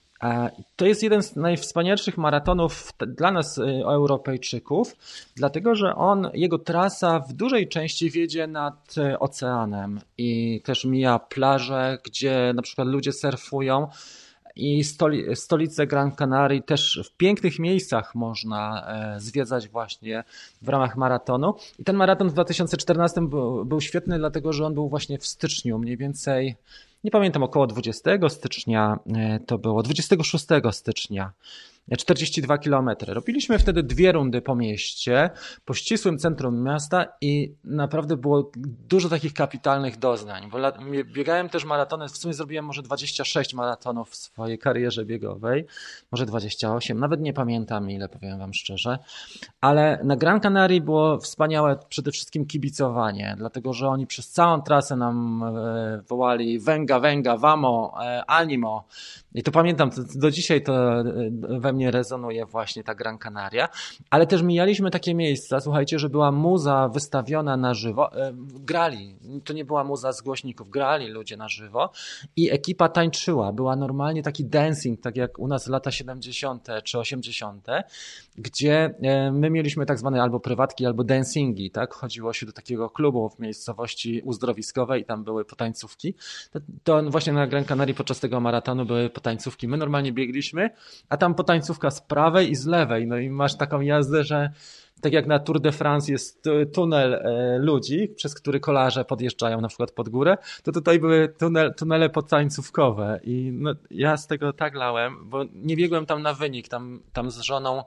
To jest jeden z najwspanialszych maratonów dla nas, Europejczyków, dlatego że on, jego trasa w dużej części wiedzie nad oceanem i też mija plaże, gdzie na przykład ludzie surfują. I stoli, stolicę Gran Canaria też w pięknych miejscach można zwiedzać właśnie w ramach maratonu. I ten maraton w dwa tysiące czternastym był, był świetny, dlatego że on był właśnie w styczniu, mniej więcej, nie pamiętam, około dwudziestego stycznia to było, dwudziestego szóstego stycznia. czterdzieści dwa kilometry. Robiliśmy wtedy dwie rundy po mieście, po ścisłym centrum miasta i naprawdę było dużo takich kapitalnych doznań. Bo biegałem też maratony, w sumie zrobiłem może dwadzieścia sześć maratonów w swojej karierze biegowej, może dwadzieścia osiem, nawet nie pamiętam ile, powiem wam szczerze, ale na Gran Canaria było wspaniałe przede wszystkim kibicowanie, dlatego że oni przez całą trasę nam wołali venga, venga, vamo, animo. I to pamiętam, do dzisiaj to we mnie rezonuje właśnie ta Gran Canaria, ale też mijaliśmy takie miejsca, słuchajcie, że była muza wystawiona na żywo, grali, to nie była muza z głośników, grali ludzie na żywo i ekipa tańczyła, była normalnie taki dancing, tak jak u nas lata siedemdziesiąte czy osiemdziesiąte, gdzie my mieliśmy tak zwane albo prywatki, albo dancingi, tak, chodziło się do takiego klubu w miejscowości uzdrowiskowej i tam były potańcówki, to, to właśnie na Gran Canaria podczas tego maratonu były potańcówki, my normalnie biegliśmy, a tam potańcówka z prawej i z lewej, no i masz taką jazdę, że tak jak na Tour de France jest tunel ludzi, przez który kolarze podjeżdżają na przykład pod górę, to tutaj były tunel, tunele potańcówkowe i no, ja z tego tak lałem, bo nie biegłem tam na wynik, tam, tam z żoną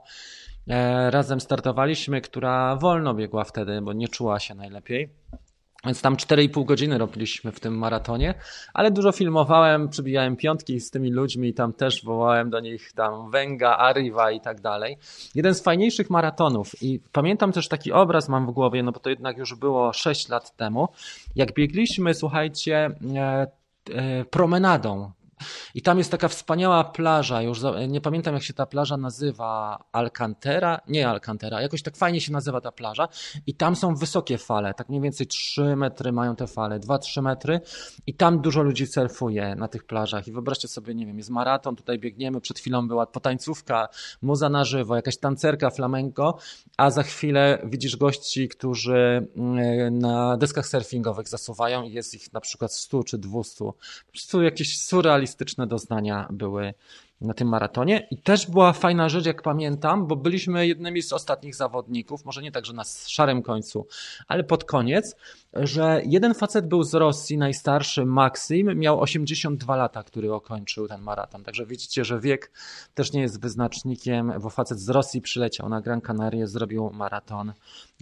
razem startowaliśmy, która wolno biegła wtedy, bo nie czuła się najlepiej. Więc tam cztery i pół godziny robiliśmy w tym maratonie, ale dużo filmowałem, przybijałem piątki z tymi ludźmi i tam też wołałem do nich tam Venga, Arriva i tak dalej. Jeden z fajniejszych maratonów i pamiętam też taki obraz mam w głowie, no bo to jednak już było sześć lat temu, jak biegliśmy, słuchajcie, e, e, promenadą. I tam jest taka wspaniała plaża, już nie pamiętam jak się ta plaża nazywa, Alcantara, nie Alcantara, jakoś tak fajnie się nazywa ta plaża i tam są wysokie fale, tak mniej więcej trzy metry mają te fale, dwa trzy metry i tam dużo ludzi surfuje na tych plażach i wyobraźcie sobie, nie wiem, jest maraton, tutaj biegniemy, przed chwilą była potańcówka, muza na żywo, jakaś tancerka flamenco, a za chwilę widzisz gości, którzy na deskach surfingowych zasuwają i jest ich na przykład sto czy dwieście, po prostu jakieś surrealistyczne doznania były na tym maratonie i też była fajna rzecz, jak pamiętam, bo byliśmy jednymi z ostatnich zawodników, może nie tak, że na szarym końcu, ale pod koniec, że jeden facet był z Rosji, najstarszy, Maksim, miał osiemdziesiąt dwa lata, który okończył ten maraton, także widzicie, że wiek też nie jest wyznacznikiem, bo facet z Rosji przyleciał na Gran Canaria, zrobił maraton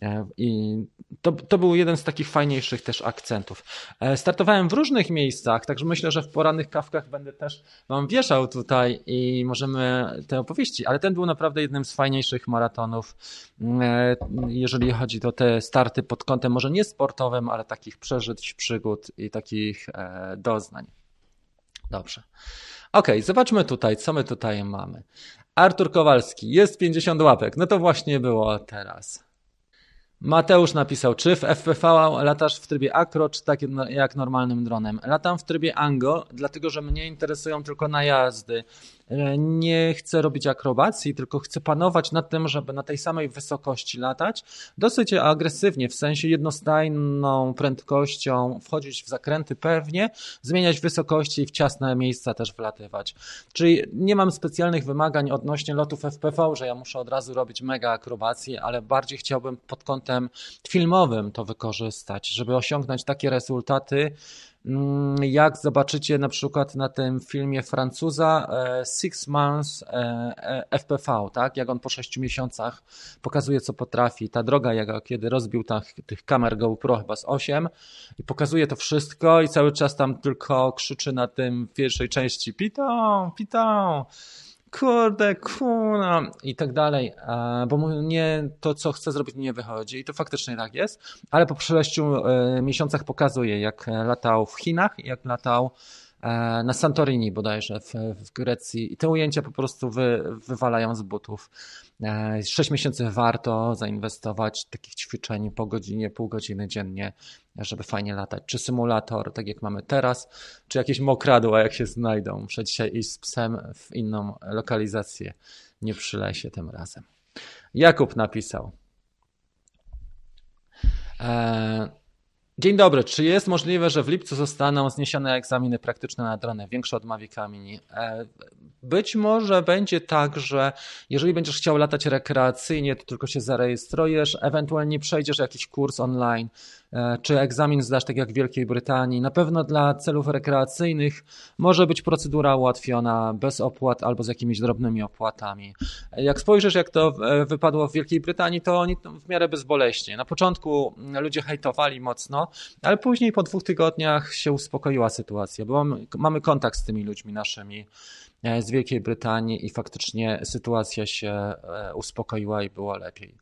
i to, to był jeden z takich fajniejszych też akcentów. Startowałem w różnych miejscach, także myślę, że w porannych kawkach będę też wam wieszał tutaj i możemy te opowieści, ale ten był naprawdę jednym z fajniejszych maratonów, jeżeli chodzi o te starty pod kątem może nie sportowym, ale takich przeżyć, przygód i takich doznań. Dobrze. Okej, okay, zobaczmy tutaj, co my tutaj mamy. Artur Kowalski, jest pięćdziesiąt łapek, no to właśnie było teraz. Mateusz napisał, czy w F P V latasz w trybie acro, czy tak jak normalnym dronem? Latam w trybie Ango, dlatego że mnie interesują tylko najazdy. Nie chcę robić akrobacji, tylko chcę panować nad tym, żeby na tej samej wysokości latać dosyć agresywnie, w sensie jednostajną prędkością, wchodzić w zakręty pewnie, zmieniać wysokości i w ciasne miejsca też wlatywać. Czyli nie mam specjalnych wymagań odnośnie lotów F P V, że ja muszę od razu robić mega akrobacje, ale bardziej chciałbym pod kątem filmowym to wykorzystać, żeby osiągnąć takie rezultaty, jak zobaczycie na przykład na tym filmie Francuza Six Months F P V, tak? Jak on po sześciu miesiącach pokazuje, co potrafi. Ta droga, jak kiedy rozbił ta, tych kamer GoPro chyba z osiem i pokazuje to wszystko i cały czas tam tylko krzyczy na tym w pierwszej części pitą, pitą. Kurde, kuna i tak dalej, bo mu nie, to co chce zrobić nie wychodzi i to faktycznie tak jest, ale po sześciu miesiącach pokazuje, jak latał w Chinach, jak latał na Santorini bodajże w, w Grecji i te ujęcia po prostu wy, wywalają z butów. Sześć miesięcy warto zainwestować takich ćwiczeń po godzinie, pół godziny dziennie, żeby fajnie latać. Czy symulator, tak jak mamy teraz, czy jakieś mokradła, jak się znajdą. Muszę dzisiaj iść z psem w inną lokalizację, nie przy lesie tym razem. Jakub napisał. Dzień dobry. Czy jest możliwe, że w lipcu zostaną zniesione egzaminy praktyczne na drony, większe od Mavica Mini? Być może będzie tak, że jeżeli będziesz chciał latać rekreacyjnie, to tylko się zarejestrujesz, ewentualnie przejdziesz jakiś kurs online, czy egzamin zdasz tak jak w Wielkiej Brytanii. Na pewno dla celów rekreacyjnych może być procedura ułatwiona bez opłat albo z jakimiś drobnymi opłatami. Jak spojrzysz, jak to wypadło w Wielkiej Brytanii, to oni w miarę bezboleśnie. Na początku ludzie hejtowali mocno, ale później po dwóch tygodniach się uspokoiła sytuacja, bo mamy, mamy kontakt z tymi ludźmi naszymi z Wielkiej Brytanii i faktycznie sytuacja się uspokoiła i było lepiej.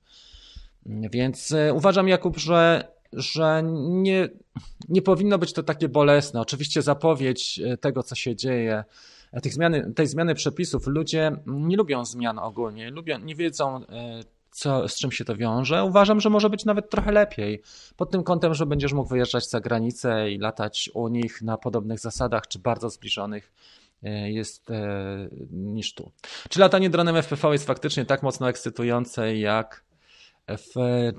Więc uważam, Jakub, że, że nie, nie powinno być to takie bolesne. Oczywiście zapowiedź tego, co się dzieje, tych zmiany, tej zmiany przepisów, ludzie nie lubią zmian ogólnie, lubią, nie wiedzą, co, z czym się to wiąże. Uważam, że może być nawet trochę lepiej. Pod tym kątem, że będziesz mógł wyjeżdżać za granicę i latać u nich na podobnych zasadach, czy bardzo zbliżonych jest niż tu. Czy latanie dronem F P V jest faktycznie tak mocno ekscytujące jak w,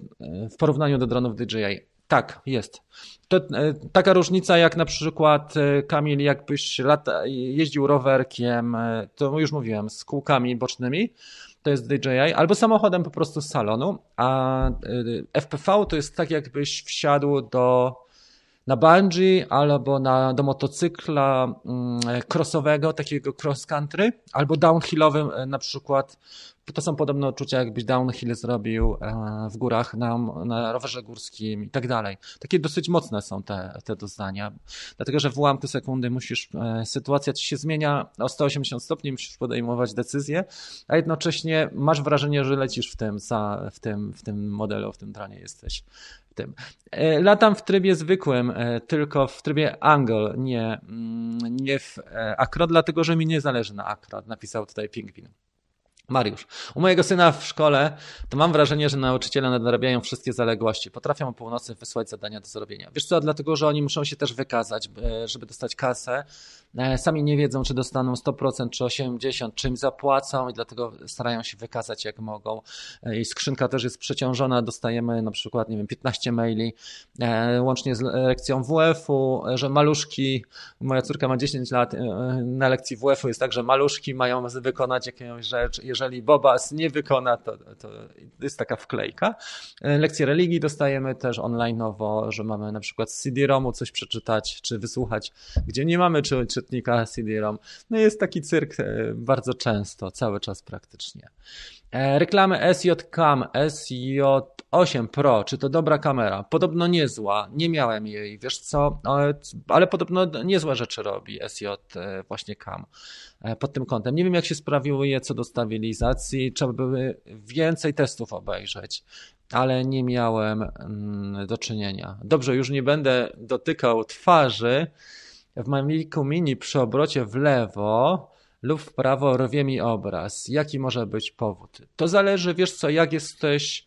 w porównaniu do dronów D J I? Tak, jest. To taka różnica jak na przykład, Kamil, jakbyś lata, jeździł rowerkiem, to już mówiłem, z kółkami bocznymi, to jest D J I, albo samochodem po prostu z salonu, a F P V to jest tak jakbyś wsiadł do na bungee albo na, do motocykla crossowego, takiego cross country, albo downhillowym na przykład. To są podobne odczucia, jakbyś downhill zrobił w górach na, na rowerze górskim i tak dalej. Takie dosyć mocne są te, te doznania, dlatego że w ułamku sekundy musisz, sytuacja ci się zmienia o sto osiemdziesiąt stopni, musisz podejmować decyzję, a jednocześnie masz wrażenie, że lecisz w tym, w tym, w tym modelu, w tym dronie jesteś. Tym. Latam w trybie zwykłym, tylko w trybie angle, nie, nie w acro, dlatego że mi nie zależy na acro, napisał tutaj Pingwin. Mariusz. U mojego syna w szkole to mam wrażenie, że nauczyciele nadrabiają wszystkie zaległości. Potrafią o północy wysłać zadania do zrobienia. Wiesz co, dlatego, że oni muszą się też wykazać, żeby dostać kasę. Sami nie wiedzą, czy dostaną sto procent, czy osiemdziesiąt procent, czy im zapłacą i dlatego starają się wykazać jak mogą. I skrzynka też jest przeciążona, dostajemy na przykład, nie wiem, piętnaście maili, łącznie z lekcją W F-u, że maluszki, moja córka ma dziesięć lat, na lekcji W F-u jest tak, że maluszki mają wykonać jakąś rzecz. Jeżeli Bobas nie wykona, to, to jest taka wklejka. Lekcje religii dostajemy też online'owo, że mamy na przykład z C D-romu coś przeczytać, czy wysłuchać, gdzie nie mamy czy, czytnika C D-rom. No jest taki cyrk bardzo często, cały czas praktycznie. Reklamy S J Cam, S J osiem Pro, czy to dobra kamera? Podobno niezła, nie miałem jej, wiesz co, ale podobno niezłe rzeczy robi S J właśnie Cam pod tym kątem. Nie wiem jak się sprawuje co do stabilizacji, trzeba by więcej testów obejrzeć, ale nie miałem do czynienia. Dobrze, już nie będę dotykał twarzy. W Mavicu Mini przy obrocie w lewo lub w prawo rwie mi obraz. Jaki może być powód? To zależy, wiesz co, jak jesteś...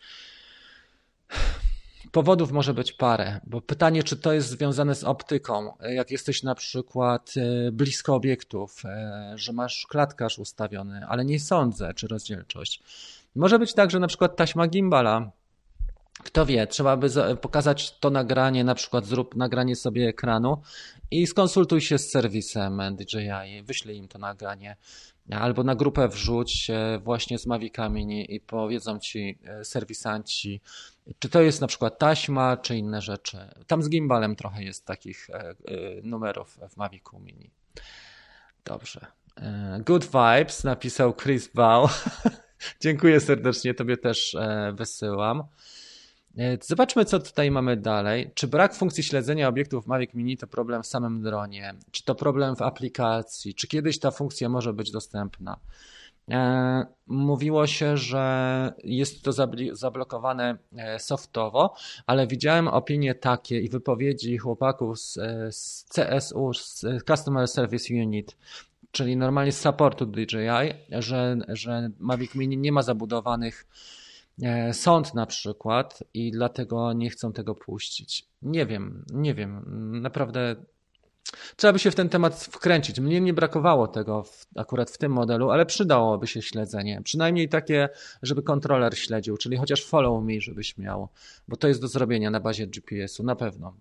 Powodów może być parę, bo pytanie, czy to jest związane z optyką, jak jesteś na przykład blisko obiektów, że masz klatkarz ustawiony, ale nie sądzę, czy rozdzielczość. Może być tak, że na przykład taśma gimbala, kto wie, trzeba by pokazać to nagranie, na przykład zrób nagranie sobie ekranu i skonsultuj się z serwisem D J I, wyślij im to nagranie. Albo na grupę wrzuć właśnie z Mavica Mini i powiedzą ci serwisanci, czy to jest na przykład taśma, czy inne rzeczy. Tam z gimbalem trochę jest takich numerów w Mavicu Mini. Dobrze. Good vibes, napisał Chris Bał. Dziękuję serdecznie, tobie też wysyłam. Zobaczmy, co tutaj mamy dalej. Czy brak funkcji śledzenia obiektów w Mavic Mini to problem w samym dronie? Czy to problem w aplikacji? Czy kiedyś ta funkcja może być dostępna? Mówiło się, że jest to zablokowane softowo, ale widziałem opinie takie i wypowiedzi chłopaków z, z C S U, z Customer Service Unit, czyli normalnie z supportu D J I, że, że Mavic Mini nie ma zabudowanych sond na przykład i dlatego nie chcą tego puścić. Nie wiem, nie wiem, naprawdę trzeba by się w ten temat wkręcić. Mnie nie brakowało tego w, akurat w tym modelu, ale przydałoby się śledzenie. Przynajmniej takie, żeby kontroler śledził, czyli chociaż follow me, żebyś miał, bo to jest do zrobienia na bazie G P S u, na pewno.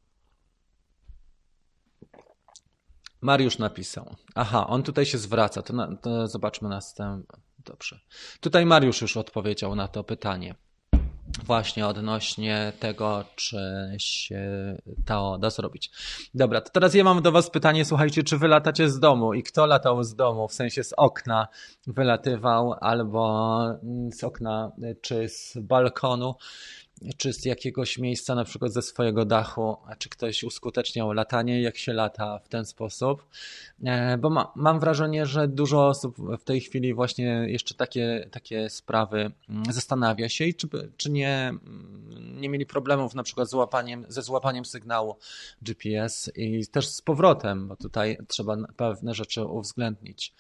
Mariusz napisał. Aha, on tutaj się zwraca, to, na, to zobaczmy następnie. Dobrze. Tutaj Mariusz już odpowiedział na to pytanie. Właśnie odnośnie tego, czy się to da zrobić. Dobra, to teraz ja mam do was pytanie, słuchajcie, czy wy latacie z domu i kto latał z domu, w sensie z okna wylatywał albo z okna, czy z balkonu, czy z jakiegoś miejsca, na przykład ze swojego dachu, czy ktoś uskuteczniał latanie, jak się lata w ten sposób, bo ma, mam wrażenie, że dużo osób w tej chwili właśnie jeszcze takie, takie sprawy zastanawia się i czy, czy nie, nie mieli problemów na przykład z łapaniem, ze złapaniem sygnału G P S i też z powrotem, bo tutaj trzeba pewne rzeczy uwzględnić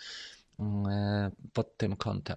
pod tym kątem.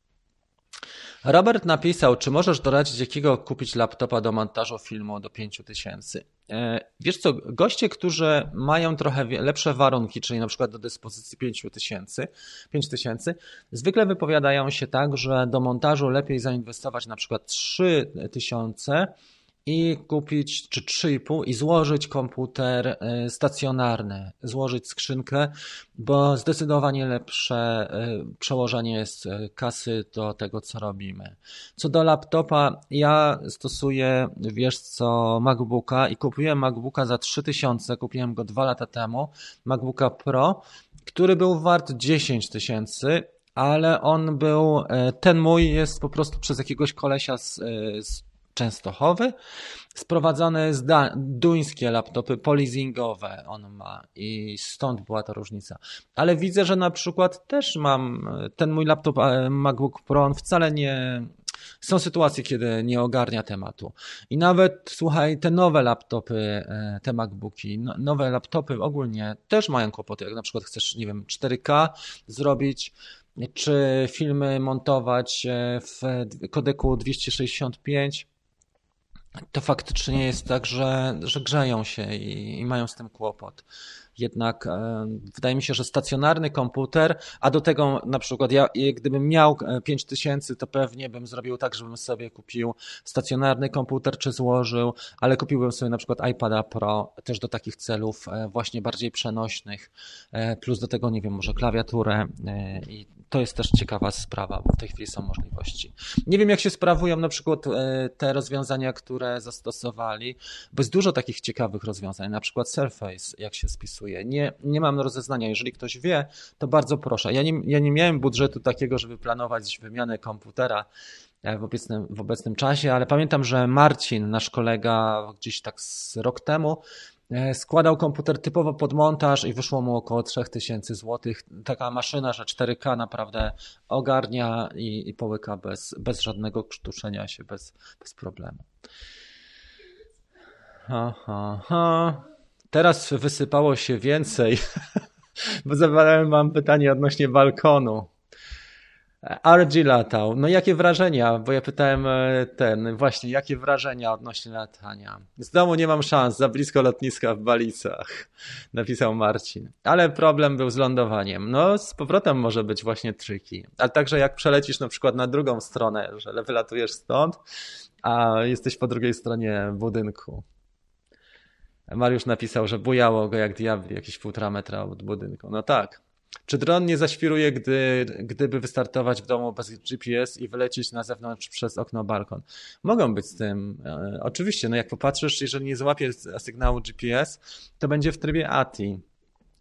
Robert napisał, czy możesz doradzić, jakiego kupić laptopa do montażu filmu do pięć tysięcy? Wiesz co, goście, którzy mają trochę lepsze warunki, czyli na przykład do dyspozycji pięć tysięcy, pięć tysięcy, zwykle wypowiadają się tak, że do montażu lepiej zainwestować na przykład trzy tysiące i kupić, czy trzy i pół i złożyć komputer stacjonarny, złożyć skrzynkę, bo zdecydowanie lepsze przełożenie jest kasy do tego, co robimy. Co do laptopa, ja stosuję, wiesz co, MacBooka i kupiłem MacBooka za trzy tysiące, kupiłem go dwa lata temu, MacBooka Pro, który był wart dziesięć tysięcy, ale on był, ten mój jest po prostu przez jakiegoś kolesia z, z Częstochowy, sprowadzane z da- duńskie laptopy polizingowe on ma i stąd była ta różnica. Ale widzę, że na przykład też mam ten mój laptop MacBook Pro, on wcale nie... Są sytuacje, kiedy nie ogarnia tematu. I nawet, słuchaj, te nowe laptopy, te MacBooki, no, nowe laptopy ogólnie też mają kłopoty, jak na przykład chcesz, nie wiem, cztery K zrobić, czy filmy montować w kodeku dwieście sześćdziesiąt pięć, to faktycznie jest tak, że, że grzeją się i, i mają z tym kłopot. Jednak e, wydaje mi się, że stacjonarny komputer, a do tego na przykład ja gdybym miał pięć tysięcy, to pewnie bym zrobił tak, żebym sobie kupił stacjonarny komputer czy złożył, ale kupiłbym sobie na przykład iPada Pro też do takich celów e, właśnie bardziej przenośnych, e, plus do tego, nie wiem, może klawiaturę e, i to jest też ciekawa sprawa, bo w tej chwili są możliwości. Nie wiem, jak się sprawują na przykład te rozwiązania, które zastosowali, bo jest dużo takich ciekawych rozwiązań, na przykład Surface, jak się spisuje. Nie, nie mam rozeznania, jeżeli ktoś wie, to bardzo proszę. Ja nie, ja nie miałem budżetu takiego, żeby planować wymianę komputera w obecnym, w obecnym czasie, ale pamiętam, że Marcin, nasz kolega gdzieś tak z rok temu, składał komputer typowo pod montaż i wyszło mu około trzy tysiące złotych. Taka maszyna, że cztery K naprawdę ogarnia i, i połyka bez, bez żadnego krztuszenia się, bez, bez problemu. Ha, ha, ha. Teraz wysypało się więcej, bo zadałem wam pytanie odnośnie balkonu. R G latał. No jakie wrażenia? Bo ja pytałem ten, właśnie, jakie wrażenia odnośnie latania? Z domu nie mam szans, za blisko lotniska w Balicach, napisał Marcin. Ale problem był z lądowaniem. No z powrotem może być właśnie tricky. Ale także jak przelecisz na przykład na drugą stronę, że wylatujesz stąd, a jesteś po drugiej stronie budynku. Mariusz napisał, że bujało go jak diabli, jakieś półtora metra od budynku. No tak. Czy dron nie zaświruje, gdy, gdyby wystartować w domu bez G P S i wylecieć na zewnątrz przez okno balkon? Mogą być z tym. E, oczywiście, no jak popatrzysz, jeżeli nie złapie sygnału G P S, to będzie w trybie A T I.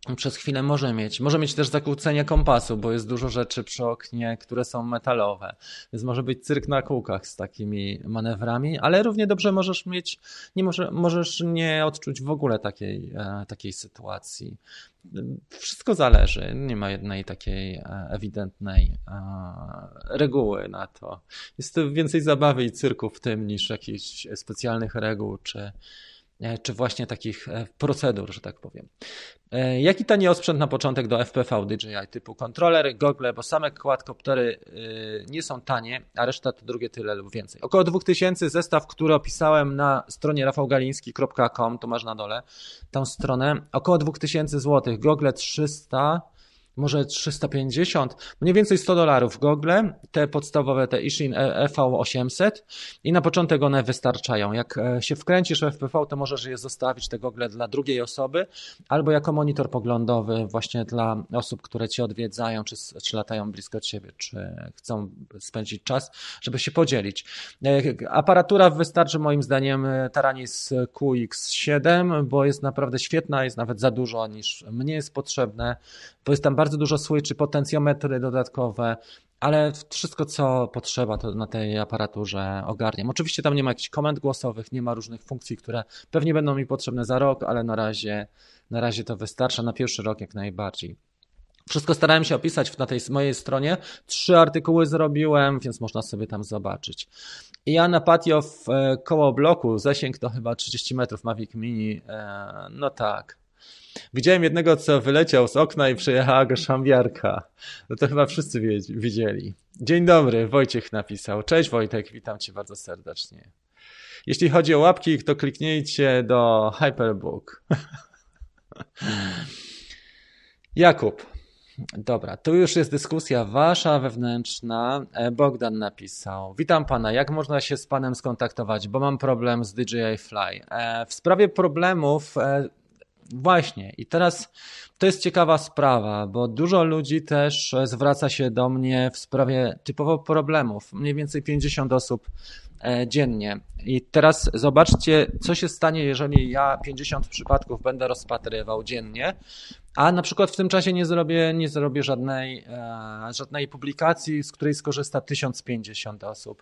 przez chwilę może mieć. Może mieć też zakłócenie kompasu, bo jest dużo rzeczy przy oknie, które są metalowe. Więc może być cyrk na kółkach z takimi manewrami, ale równie dobrze możesz mieć, nie może, możesz nie odczuć w ogóle takiej, e, takiej sytuacji. Wszystko zależy. Nie ma jednej takiej ewidentnej e, reguły na to. Jest to więcej zabawy i cyrku w tym niż jakichś specjalnych reguł, czy czy właśnie takich procedur, że tak powiem. Jaki tani osprzęt na początek do F P V D J I typu kontroler, gogle, bo same quadcoptery nie są tanie, a reszta to drugie tyle lub więcej. Około dwa tysiące zestaw, który opisałem na stronie rafał galiński kropka com, tu masz na dole tą stronę, około dwa tysiące złotych, gogle trzysta, może trzysta pięćdziesiąt, mniej więcej sto dolarów gogle, te podstawowe, te Ishin E V osiemset i na początek one wystarczają. Jak się wkręcisz w F P V, to możesz je zostawić, te gogle, dla drugiej osoby albo jako monitor poglądowy właśnie dla osób, które cię odwiedzają, czy, czy latają blisko ciebie, czy chcą spędzić czas, żeby się podzielić. Aparatura wystarczy moim zdaniem Taranis Q X siedem, bo jest naprawdę świetna, jest nawet za dużo niż mnie jest potrzebne, bo jest tam bardzo dużo switchy, potencjometry dodatkowe, ale wszystko co potrzeba to na tej aparaturze ogarniam. Oczywiście tam nie ma jakichś komend głosowych, nie ma różnych funkcji, które pewnie będą mi potrzebne za rok, ale na razie, na razie to wystarcza, na pierwszy rok jak najbardziej. Wszystko starałem się opisać na tej mojej stronie. Trzy artykuły zrobiłem, więc można sobie tam zobaczyć. I ja na patio w koło bloku, zasięg to chyba trzydzieści metrów, Mavic Mini, no tak. Widziałem jednego, co wyleciał z okna i przejechała go szambiarka. No to chyba wszyscy widzieli. Dzień dobry, Wojciech napisał. Cześć Wojtek, witam cię bardzo serdecznie. Jeśli chodzi o łapki, to kliknijcie do Hyperbook. Jakub. Dobra, tu już jest dyskusja wasza wewnętrzna. Bogdan napisał. Witam pana, jak można się z panem skontaktować, bo mam problem z D J I Fly. W sprawie problemów... Właśnie i teraz to jest ciekawa sprawa, bo dużo ludzi też zwraca się do mnie w sprawie typowo problemów, mniej więcej pięćdziesiąt osób dziennie. I teraz zobaczcie, co się stanie, jeżeli ja pięćdziesiąt przypadków będę rozpatrywał dziennie, a na przykład w tym czasie nie zrobię, nie zrobię żadnej, żadnej publikacji, z której skorzysta tysiąc pięćdziesiąt osób.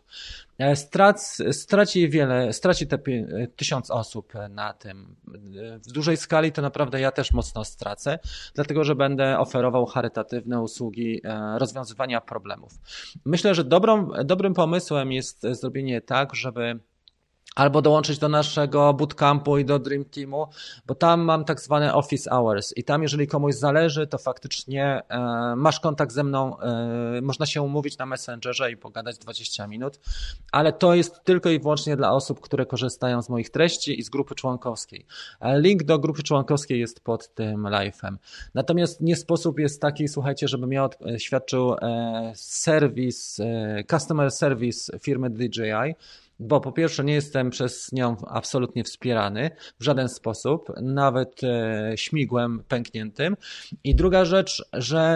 Strac, straci wiele, straci te tysiąc osób na tym. W dużej skali to naprawdę ja też mocno stracę, dlatego że będę oferował charytatywne usługi rozwiązywania problemów. Myślę, że dobrą, dobrym pomysłem jest zrobienie tak, żeby albo dołączyć do naszego bootcampu i do Dream Teamu, bo tam mam tak zwane office hours i tam jeżeli komuś zależy, to faktycznie e, masz kontakt ze mną, e, można się umówić na Messengerze i pogadać dwadzieścia minut, ale to jest tylko i wyłącznie dla osób, które korzystają z moich treści i z grupy członkowskiej. Link do grupy członkowskiej jest pod tym live'em. Natomiast nie sposób jest taki, słuchajcie, żebym ja świadczył e, serwis, e, customer service firmy D J I, bo po pierwsze nie jestem przez nią absolutnie wspierany w żaden sposób, nawet śmigłem pękniętym. I druga rzecz, że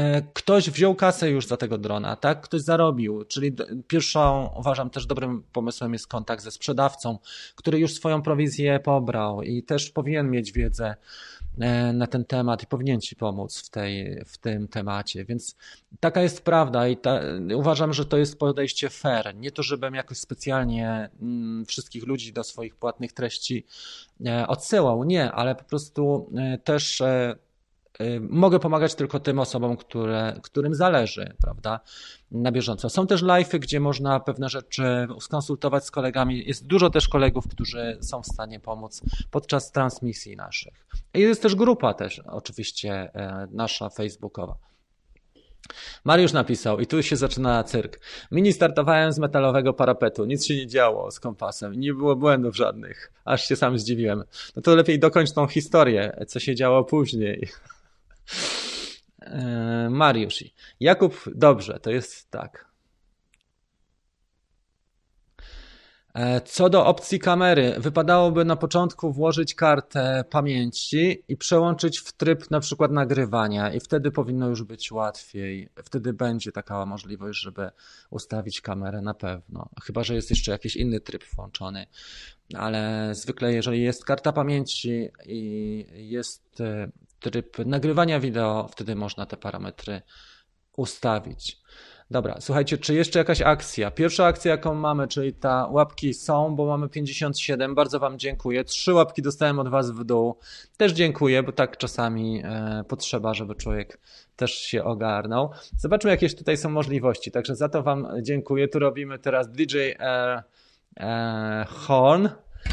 ktoś wziął kasę już za tego drona, tak? Ktoś zarobił, czyli pierwszą, uważam, też dobrym pomysłem jest kontakt ze sprzedawcą, który już swoją prowizję pobrał i też powinien mieć wiedzę na ten temat i powinien ci pomóc w, tej, w tym temacie, więc taka jest prawda i ta, uważam, że to jest podejście fair, nie to żebym jakoś specjalnie wszystkich ludzi do swoich płatnych treści odsyłał, nie, ale po prostu też mogę pomagać tylko tym osobom, które, którym zależy, prawda, na bieżąco. Są też live'y, gdzie można pewne rzeczy skonsultować z kolegami. Jest dużo też kolegów, którzy są w stanie pomóc podczas transmisji naszych. I jest też grupa też oczywiście nasza facebookowa. Mariusz napisał i tu się zaczyna cyrk. Mini startowałem z metalowego parapetu, nic się nie działo z kompasem, nie było błędów żadnych, aż się sam zdziwiłem. No to lepiej dokończ tą historię, co się działo później. Mariusz. Jakub, dobrze, to jest tak. Co do opcji kamery, wypadałoby na początku włożyć kartę pamięci i przełączyć w tryb na przykład nagrywania i wtedy powinno już być łatwiej. Wtedy będzie taka możliwość, żeby ustawić kamerę na pewno. Chyba że jest jeszcze jakiś inny tryb włączony, ale zwykle jeżeli jest karta pamięci i jest tryb nagrywania wideo, wtedy można te parametry ustawić. Dobra, słuchajcie, czy jeszcze jakaś akcja? Pierwsza akcja, jaką mamy, czyli ta łapki są, bo mamy pięćdziesiąt siedem, bardzo wam dziękuję. Trzy łapki dostałem od was w dół. Też dziękuję, bo tak czasami e, potrzeba, żeby człowiek też się ogarnął. Zobaczmy, jakieś tutaj są możliwości, także za to wam dziękuję. Tu robimy teraz D J e, e, Horn.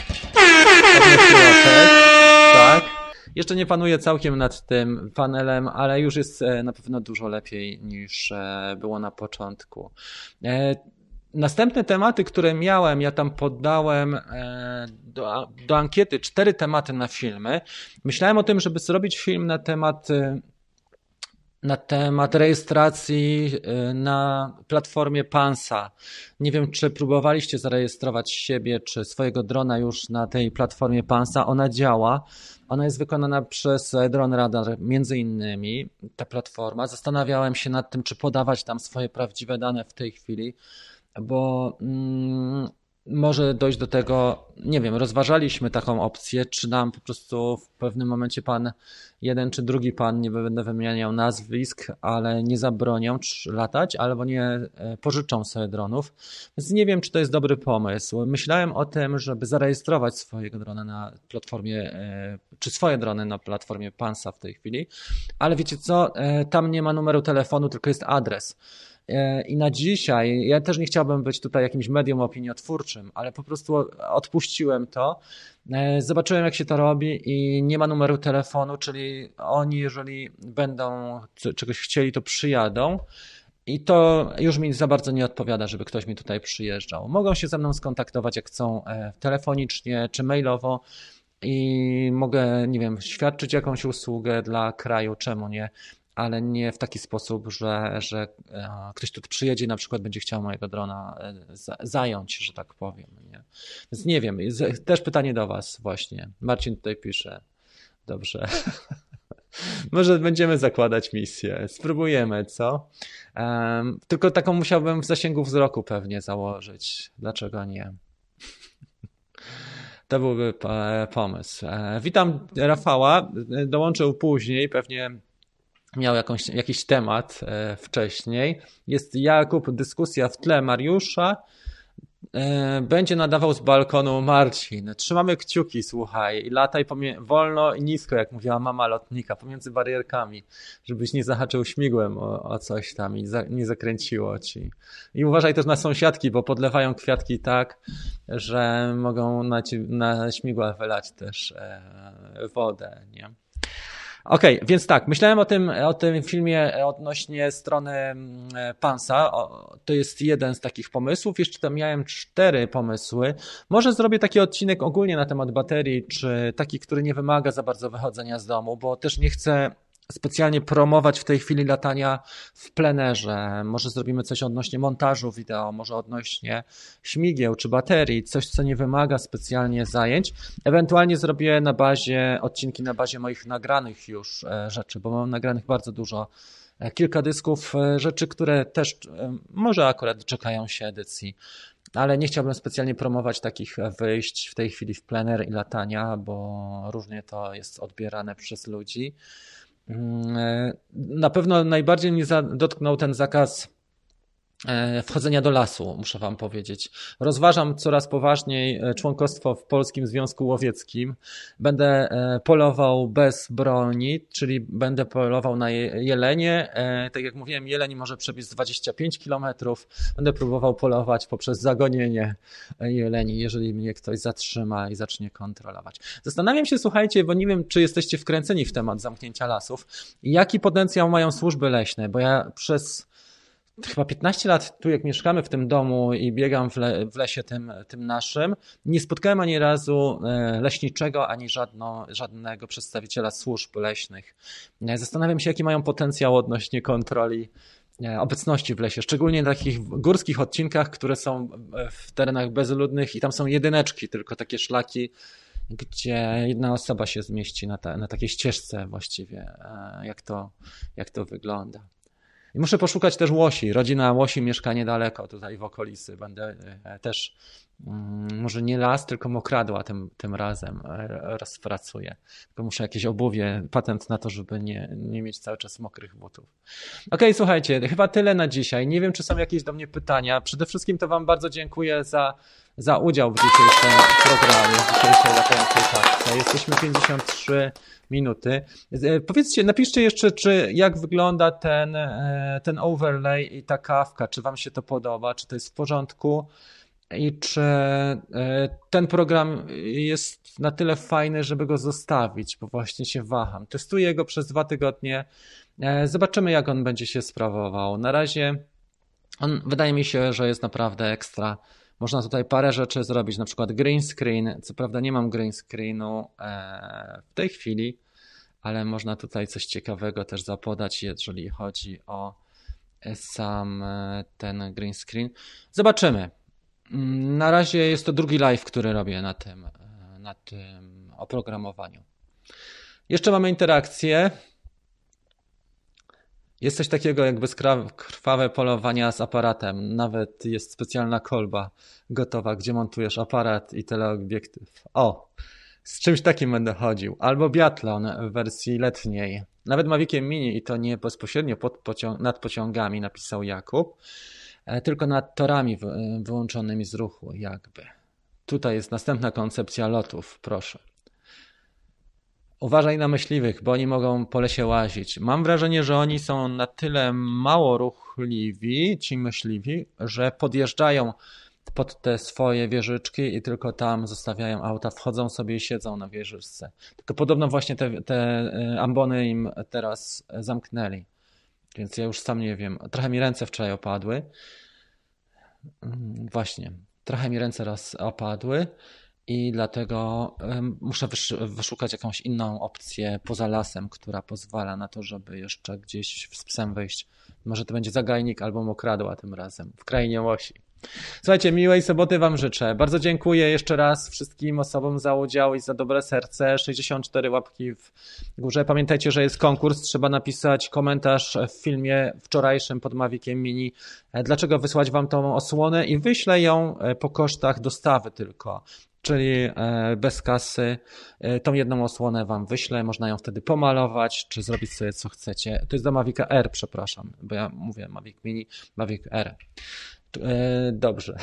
Tak. Jeszcze nie panuję całkiem nad tym panelem, ale już jest na pewno dużo lepiej niż było na początku. Następne tematy, które miałem, ja tam poddałem do, do ankiety cztery tematy na filmy. Myślałem o tym, żeby zrobić film na temat na temat rejestracji na platformie Pansa. Nie wiem, czy próbowaliście zarejestrować siebie czy swojego drona już na tej platformie Pansa. Ona działa. Ona jest wykonana przez Drone Radar, między innymi ta platforma. Zastanawiałem się nad tym, czy podawać tam swoje prawdziwe dane w tej chwili, bo mm, może dojść do tego, nie wiem, rozważaliśmy taką opcję, czy nam po prostu w pewnym momencie pan jeden czy drugi pan, nie będę wymieniał nazwisk, ale nie zabronią latać, albo nie pożyczą sobie dronów. Więc nie wiem, czy to jest dobry pomysł. Myślałem o tym, żeby zarejestrować swojego drona na platformie, czy swoje drony na platformie Pansa w tej chwili, ale wiecie co, tam nie ma numeru telefonu, tylko jest adres. I na dzisiaj, ja też nie chciałbym być tutaj jakimś medium opiniotwórczym, ale po prostu odpuściłem to. Zobaczyłem, jak się to robi i nie ma numeru telefonu, czyli oni, jeżeli będą czegoś chcieli, to przyjadą. I to już mi za bardzo nie odpowiada, żeby ktoś mi tutaj przyjeżdżał. Mogą się ze mną skontaktować, jak chcą, telefonicznie czy mailowo i mogę, nie wiem, świadczyć jakąś usługę dla kraju, czemu nie, ale nie w taki sposób, że, że ktoś tu przyjedzie i na przykład będzie chciał mojego drona zająć, że tak powiem. Nie? Więc nie wiem, też pytanie do was właśnie. Marcin tutaj pisze. Dobrze. Może będziemy zakładać misję. Spróbujemy, co? Um, tylko taką musiałbym w zasięgu wzroku pewnie założyć. Dlaczego nie? To byłby pomysł. Witam Rafała. Dołączył później, pewnie miał jakąś, jakiś temat wcześniej. Jest Jakub, dyskusja w tle Mariusza. Będzie nadawał z balkonu Marcin. Trzymamy kciuki, słuchaj, i lataj pomie- wolno i nisko, jak mówiła mama lotnika, pomiędzy barierkami, żebyś nie zahaczył śmigłem o, o coś tam i za- nie zakręciło ci. I uważaj też na sąsiadki, bo podlewają kwiatki tak, że mogą na, ci- na śmigła wylać też e, wodę, nie? Okej, okay, więc tak, myślałem o tym, o tym filmie odnośnie strony Pansa. To jest jeden z takich pomysłów. Jeszcze tam miałem cztery pomysły. Może zrobię taki odcinek ogólnie na temat baterii, czy taki, który nie wymaga za bardzo wychodzenia z domu, bo też nie chcę specjalnie promować w tej chwili latania w plenerze. Może zrobimy coś odnośnie montażu wideo, może odnośnie śmigieł czy baterii, coś co nie wymaga specjalnie zajęć. Ewentualnie zrobię na bazie, odcinki na bazie moich nagranych już rzeczy, bo mam nagranych bardzo dużo, kilka dysków rzeczy, które też może akurat czekają się edycji. Ale nie chciałbym specjalnie promować takich wyjść w tej chwili w plener i latania, bo różnie to jest odbierane przez ludzi. Na pewno najbardziej mnie dotknął ten zakaz wchodzenia do lasu, muszę wam powiedzieć. Rozważam coraz poważniej członkostwo w Polskim Związku Łowieckim. Będę polował bez broni, czyli będę polował na jelenie. Tak jak mówiłem, jeleń może przebiec dwadzieścia pięć kilometrów. Będę próbował polować poprzez zagonienie jeleni, jeżeli mnie ktoś zatrzyma i zacznie kontrolować. Zastanawiam się, słuchajcie, bo nie wiem, czy jesteście wkręceni w temat zamknięcia lasów. Jaki potencjał mają służby leśne, bo ja przez chyba piętnaście lat tu jak mieszkamy w tym domu i biegam w, le, w lesie tym, tym naszym, nie spotkałem ani razu leśniczego, ani żadno, żadnego przedstawiciela służb leśnych. Zastanawiam się, jaki mają potencjał odnośnie kontroli obecności w lesie, szczególnie na takich górskich odcinkach, które są w terenach bezludnych i tam są jedyneczki, tylko takie szlaki, gdzie jedna osoba się zmieści na, ta, na takiej ścieżce właściwie, jak to, jak to wygląda. I muszę poszukać też łosi. Rodzina łosi mieszka niedaleko, tutaj w okolicy. Będę też może nie las, tylko mokradła tym, tym razem rozpracuję. Tylko muszę jakieś obuwie, patent na to, żeby nie, nie mieć cały czas mokrych butów. Okej, okay, słuchajcie, chyba tyle na dzisiaj. Nie wiem, czy są jakieś do mnie pytania. Przede wszystkim to wam bardzo dziękuję za, za udział w dzisiejszym programie, w dzisiejszej latającej kawce. Jesteśmy pięćdziesiąt trzy minuty. Powiedzcie, napiszcie jeszcze, czy jak wygląda ten, ten overlay i ta kawka, czy wam się to podoba, czy to jest w porządku i czy ten program jest na tyle fajny, żeby go zostawić, bo właśnie się waham. Testuję go przez dwa tygodnie, zobaczymy, jak on będzie się sprawował. Na razie on wydaje mi się, że jest naprawdę ekstra. Można tutaj parę rzeczy zrobić, na przykład green screen. Co prawda nie mam green screenu w tej chwili, ale można tutaj coś ciekawego też zapodać, jeżeli chodzi o sam ten green screen. Zobaczymy. Na razie jest to drugi live, który robię na tym, na tym oprogramowaniu. Jeszcze mamy interakcję. Jest coś takiego jak bezkrwawe polowania z aparatem. Nawet jest specjalna kolba gotowa, gdzie montujesz aparat i teleobiektyw. O, z czymś takim będę chodził. Albo biatlon w wersji letniej. Nawet Maviciem Mini i to nie bezpośrednio pod pociąg nad pociągami, napisał Jakub, tylko nad torami wyłączonymi z ruchu jakby. Tutaj jest następna koncepcja lotów, proszę. Uważaj na myśliwych, bo oni mogą po lesie łazić. Mam wrażenie, że oni są na tyle mało ruchliwi, ci myśliwi, że podjeżdżają pod te swoje wieżyczki i tylko tam zostawiają auta, wchodzą sobie i siedzą na wieżyczce. Tylko podobno właśnie te, te ambony im teraz zamknęli. Więc ja już sam nie wiem. Trochę mi ręce wczoraj opadły. Właśnie. Trochę mi ręce raz opadły i dlatego muszę wyszukać jakąś inną opcję poza lasem, która pozwala na to, żeby jeszcze gdzieś z psem wyjść. Może to będzie zagajnik albo mokradła tym razem w krainie łosi. Słuchajcie, miłej soboty wam życzę. Bardzo dziękuję jeszcze raz wszystkim osobom za udział i za dobre serce. sześćdziesiąt cztery łapki w górze. Pamiętajcie, że jest konkurs. Trzeba napisać komentarz w filmie wczorajszym pod Maviciem Mini. Dlaczego wysłać wam tą osłonę i wyślę ją po kosztach dostawy tylko. Czyli bez kasy. Tą jedną osłonę wam wyślę. Można ją wtedy pomalować, czy zrobić sobie co chcecie. To jest do Mavica R, przepraszam, bo ja mówię Mavic Mini, Mavic R. Dobrze.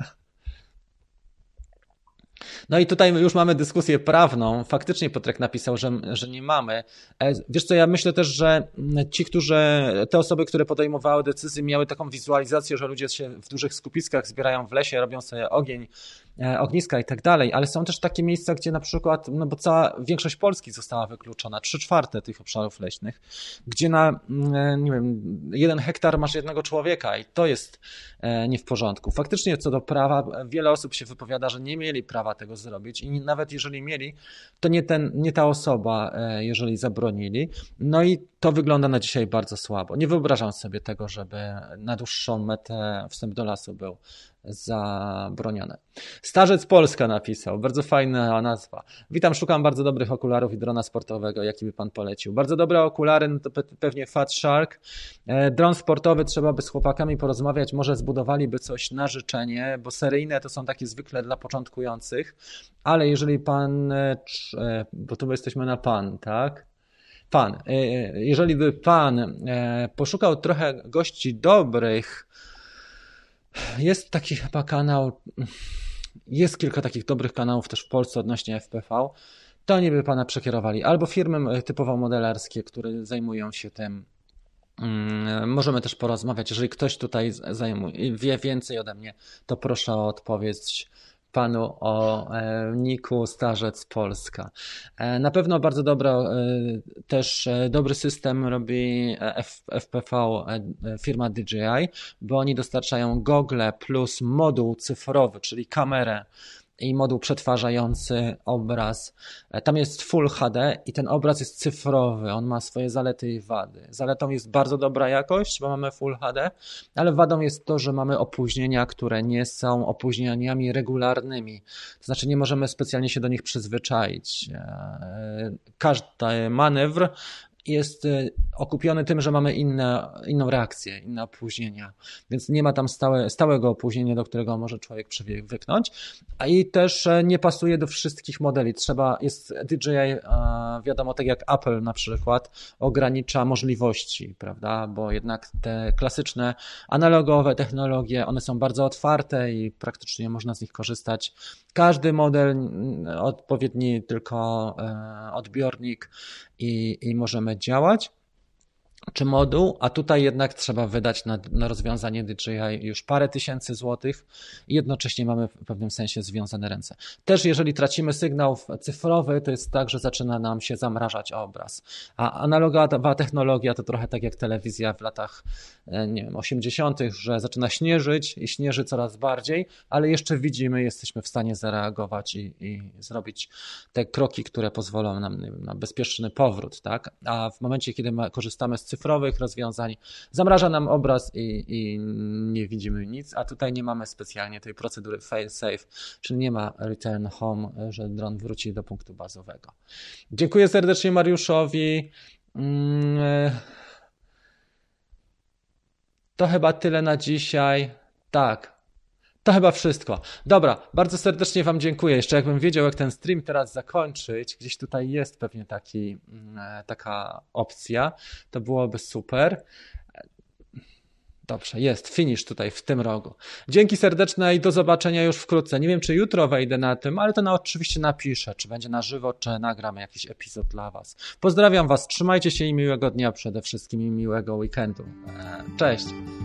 No i tutaj już mamy dyskusję prawną. Faktycznie Piotrek napisał, że, że nie mamy. Wiesz co, ja myślę też, że ci, którzy, te osoby, które podejmowały decyzje, miały taką wizualizację, że ludzie się w dużych skupiskach zbierają w lesie, robią sobie ogień, ogniska i tak dalej, ale są też takie miejsca, gdzie na przykład, no bo cała większość Polski została wykluczona, trzy czwarte tych obszarów leśnych, gdzie na, nie wiem, jeden hektar masz jednego człowieka i to jest nie w porządku. Faktycznie co do prawa, wiele osób się wypowiada, że nie mieli prawa tego zrobić i nawet jeżeli mieli, to nie, ten, nie ta osoba, jeżeli zabronili. No i to wygląda na dzisiaj bardzo słabo. Nie wyobrażam sobie tego, żeby na dłuższą metę wstęp do lasu był zabronione. Starzec Polska napisał, bardzo fajna nazwa. Witam, szukam bardzo dobrych okularów i drona sportowego, jaki by pan polecił. Bardzo dobre okulary, no to pewnie Fat Shark. Dron sportowy, trzeba by z chłopakami porozmawiać, może zbudowaliby coś na życzenie, bo seryjne to są takie zwykle dla początkujących, ale jeżeli pan, bo tu jesteśmy na pan, tak? Pan, jeżeli by pan poszukał trochę gości dobrych, jest taki chyba kanał, jest kilka takich dobrych kanałów też w Polsce odnośnie F P V, to oni by pana przekierowali. Albo firmy typowo modelarskie, które zajmują się tym. Możemy też porozmawiać. Jeżeli ktoś tutaj zajmuje, wie więcej ode mnie, to proszę o odpowiedź panu o niku Starzec Polska. Na pewno bardzo dobro, też dobry system robi F P V firma D J I, bo oni dostarczają gogle plus moduł cyfrowy, czyli kamerę i moduł przetwarzający obraz. Tam jest Full H D i ten obraz jest cyfrowy, on ma swoje zalety i wady. Zaletą jest bardzo dobra jakość, bo mamy Full H D, ale wadą jest to, że mamy opóźnienia, które nie są opóźnieniami regularnymi. To znaczy nie możemy specjalnie się do nich przyzwyczaić. Każdy manewr jest okupiony tym, że mamy inne, inną reakcję, inne opóźnienia, więc nie ma tam stałe, stałego opóźnienia, do którego może człowiek przywyknąć, a i też nie pasuje do wszystkich modeli. Trzeba, jest D J I, wiadomo, tak jak Apple na przykład, ogranicza możliwości, prawda, bo jednak te klasyczne analogowe technologie, one są bardzo otwarte i praktycznie można z nich korzystać. Każdy model, odpowiedni tylko odbiornik i, i możemy działać, czy moduł, a tutaj jednak trzeba wydać na, na rozwiązanie D J I już parę tysięcy złotych i jednocześnie mamy w pewnym sensie związane ręce. Też jeżeli tracimy sygnał cyfrowy, to jest tak, że zaczyna nam się zamrażać obraz, a analogowa technologia to trochę tak jak telewizja w latach, nie wiem, osiemdziesiątych, że zaczyna śnieżyć i śnieży coraz bardziej, ale jeszcze widzimy, jesteśmy w stanie zareagować i, i zrobić te kroki, które pozwolą nam na bezpieczny powrót, tak? A w momencie, kiedy ma, korzystamy z cyfrowych rozwiązań, zamraża nam obraz i, i nie widzimy nic, a tutaj nie mamy specjalnie tej procedury fail safe, czyli nie ma return home, że dron wróci do punktu bazowego. Dziękuję serdecznie Mariuszowi. To chyba tyle na dzisiaj. Tak. To chyba wszystko. Dobra, bardzo serdecznie Wam dziękuję. Jeszcze jakbym wiedział, jak ten stream teraz zakończyć, gdzieś tutaj jest pewnie taki, taka opcja, to byłoby super. Dobrze, jest, finish tutaj w tym rogu. Dzięki serdeczne i do zobaczenia już wkrótce. Nie wiem, czy jutro wejdę na tym, ale to na, oczywiście napiszę, czy będzie na żywo, czy nagramy jakiś epizod dla Was. Pozdrawiam Was, trzymajcie się i miłego dnia przede wszystkim i miłego weekendu. Cześć!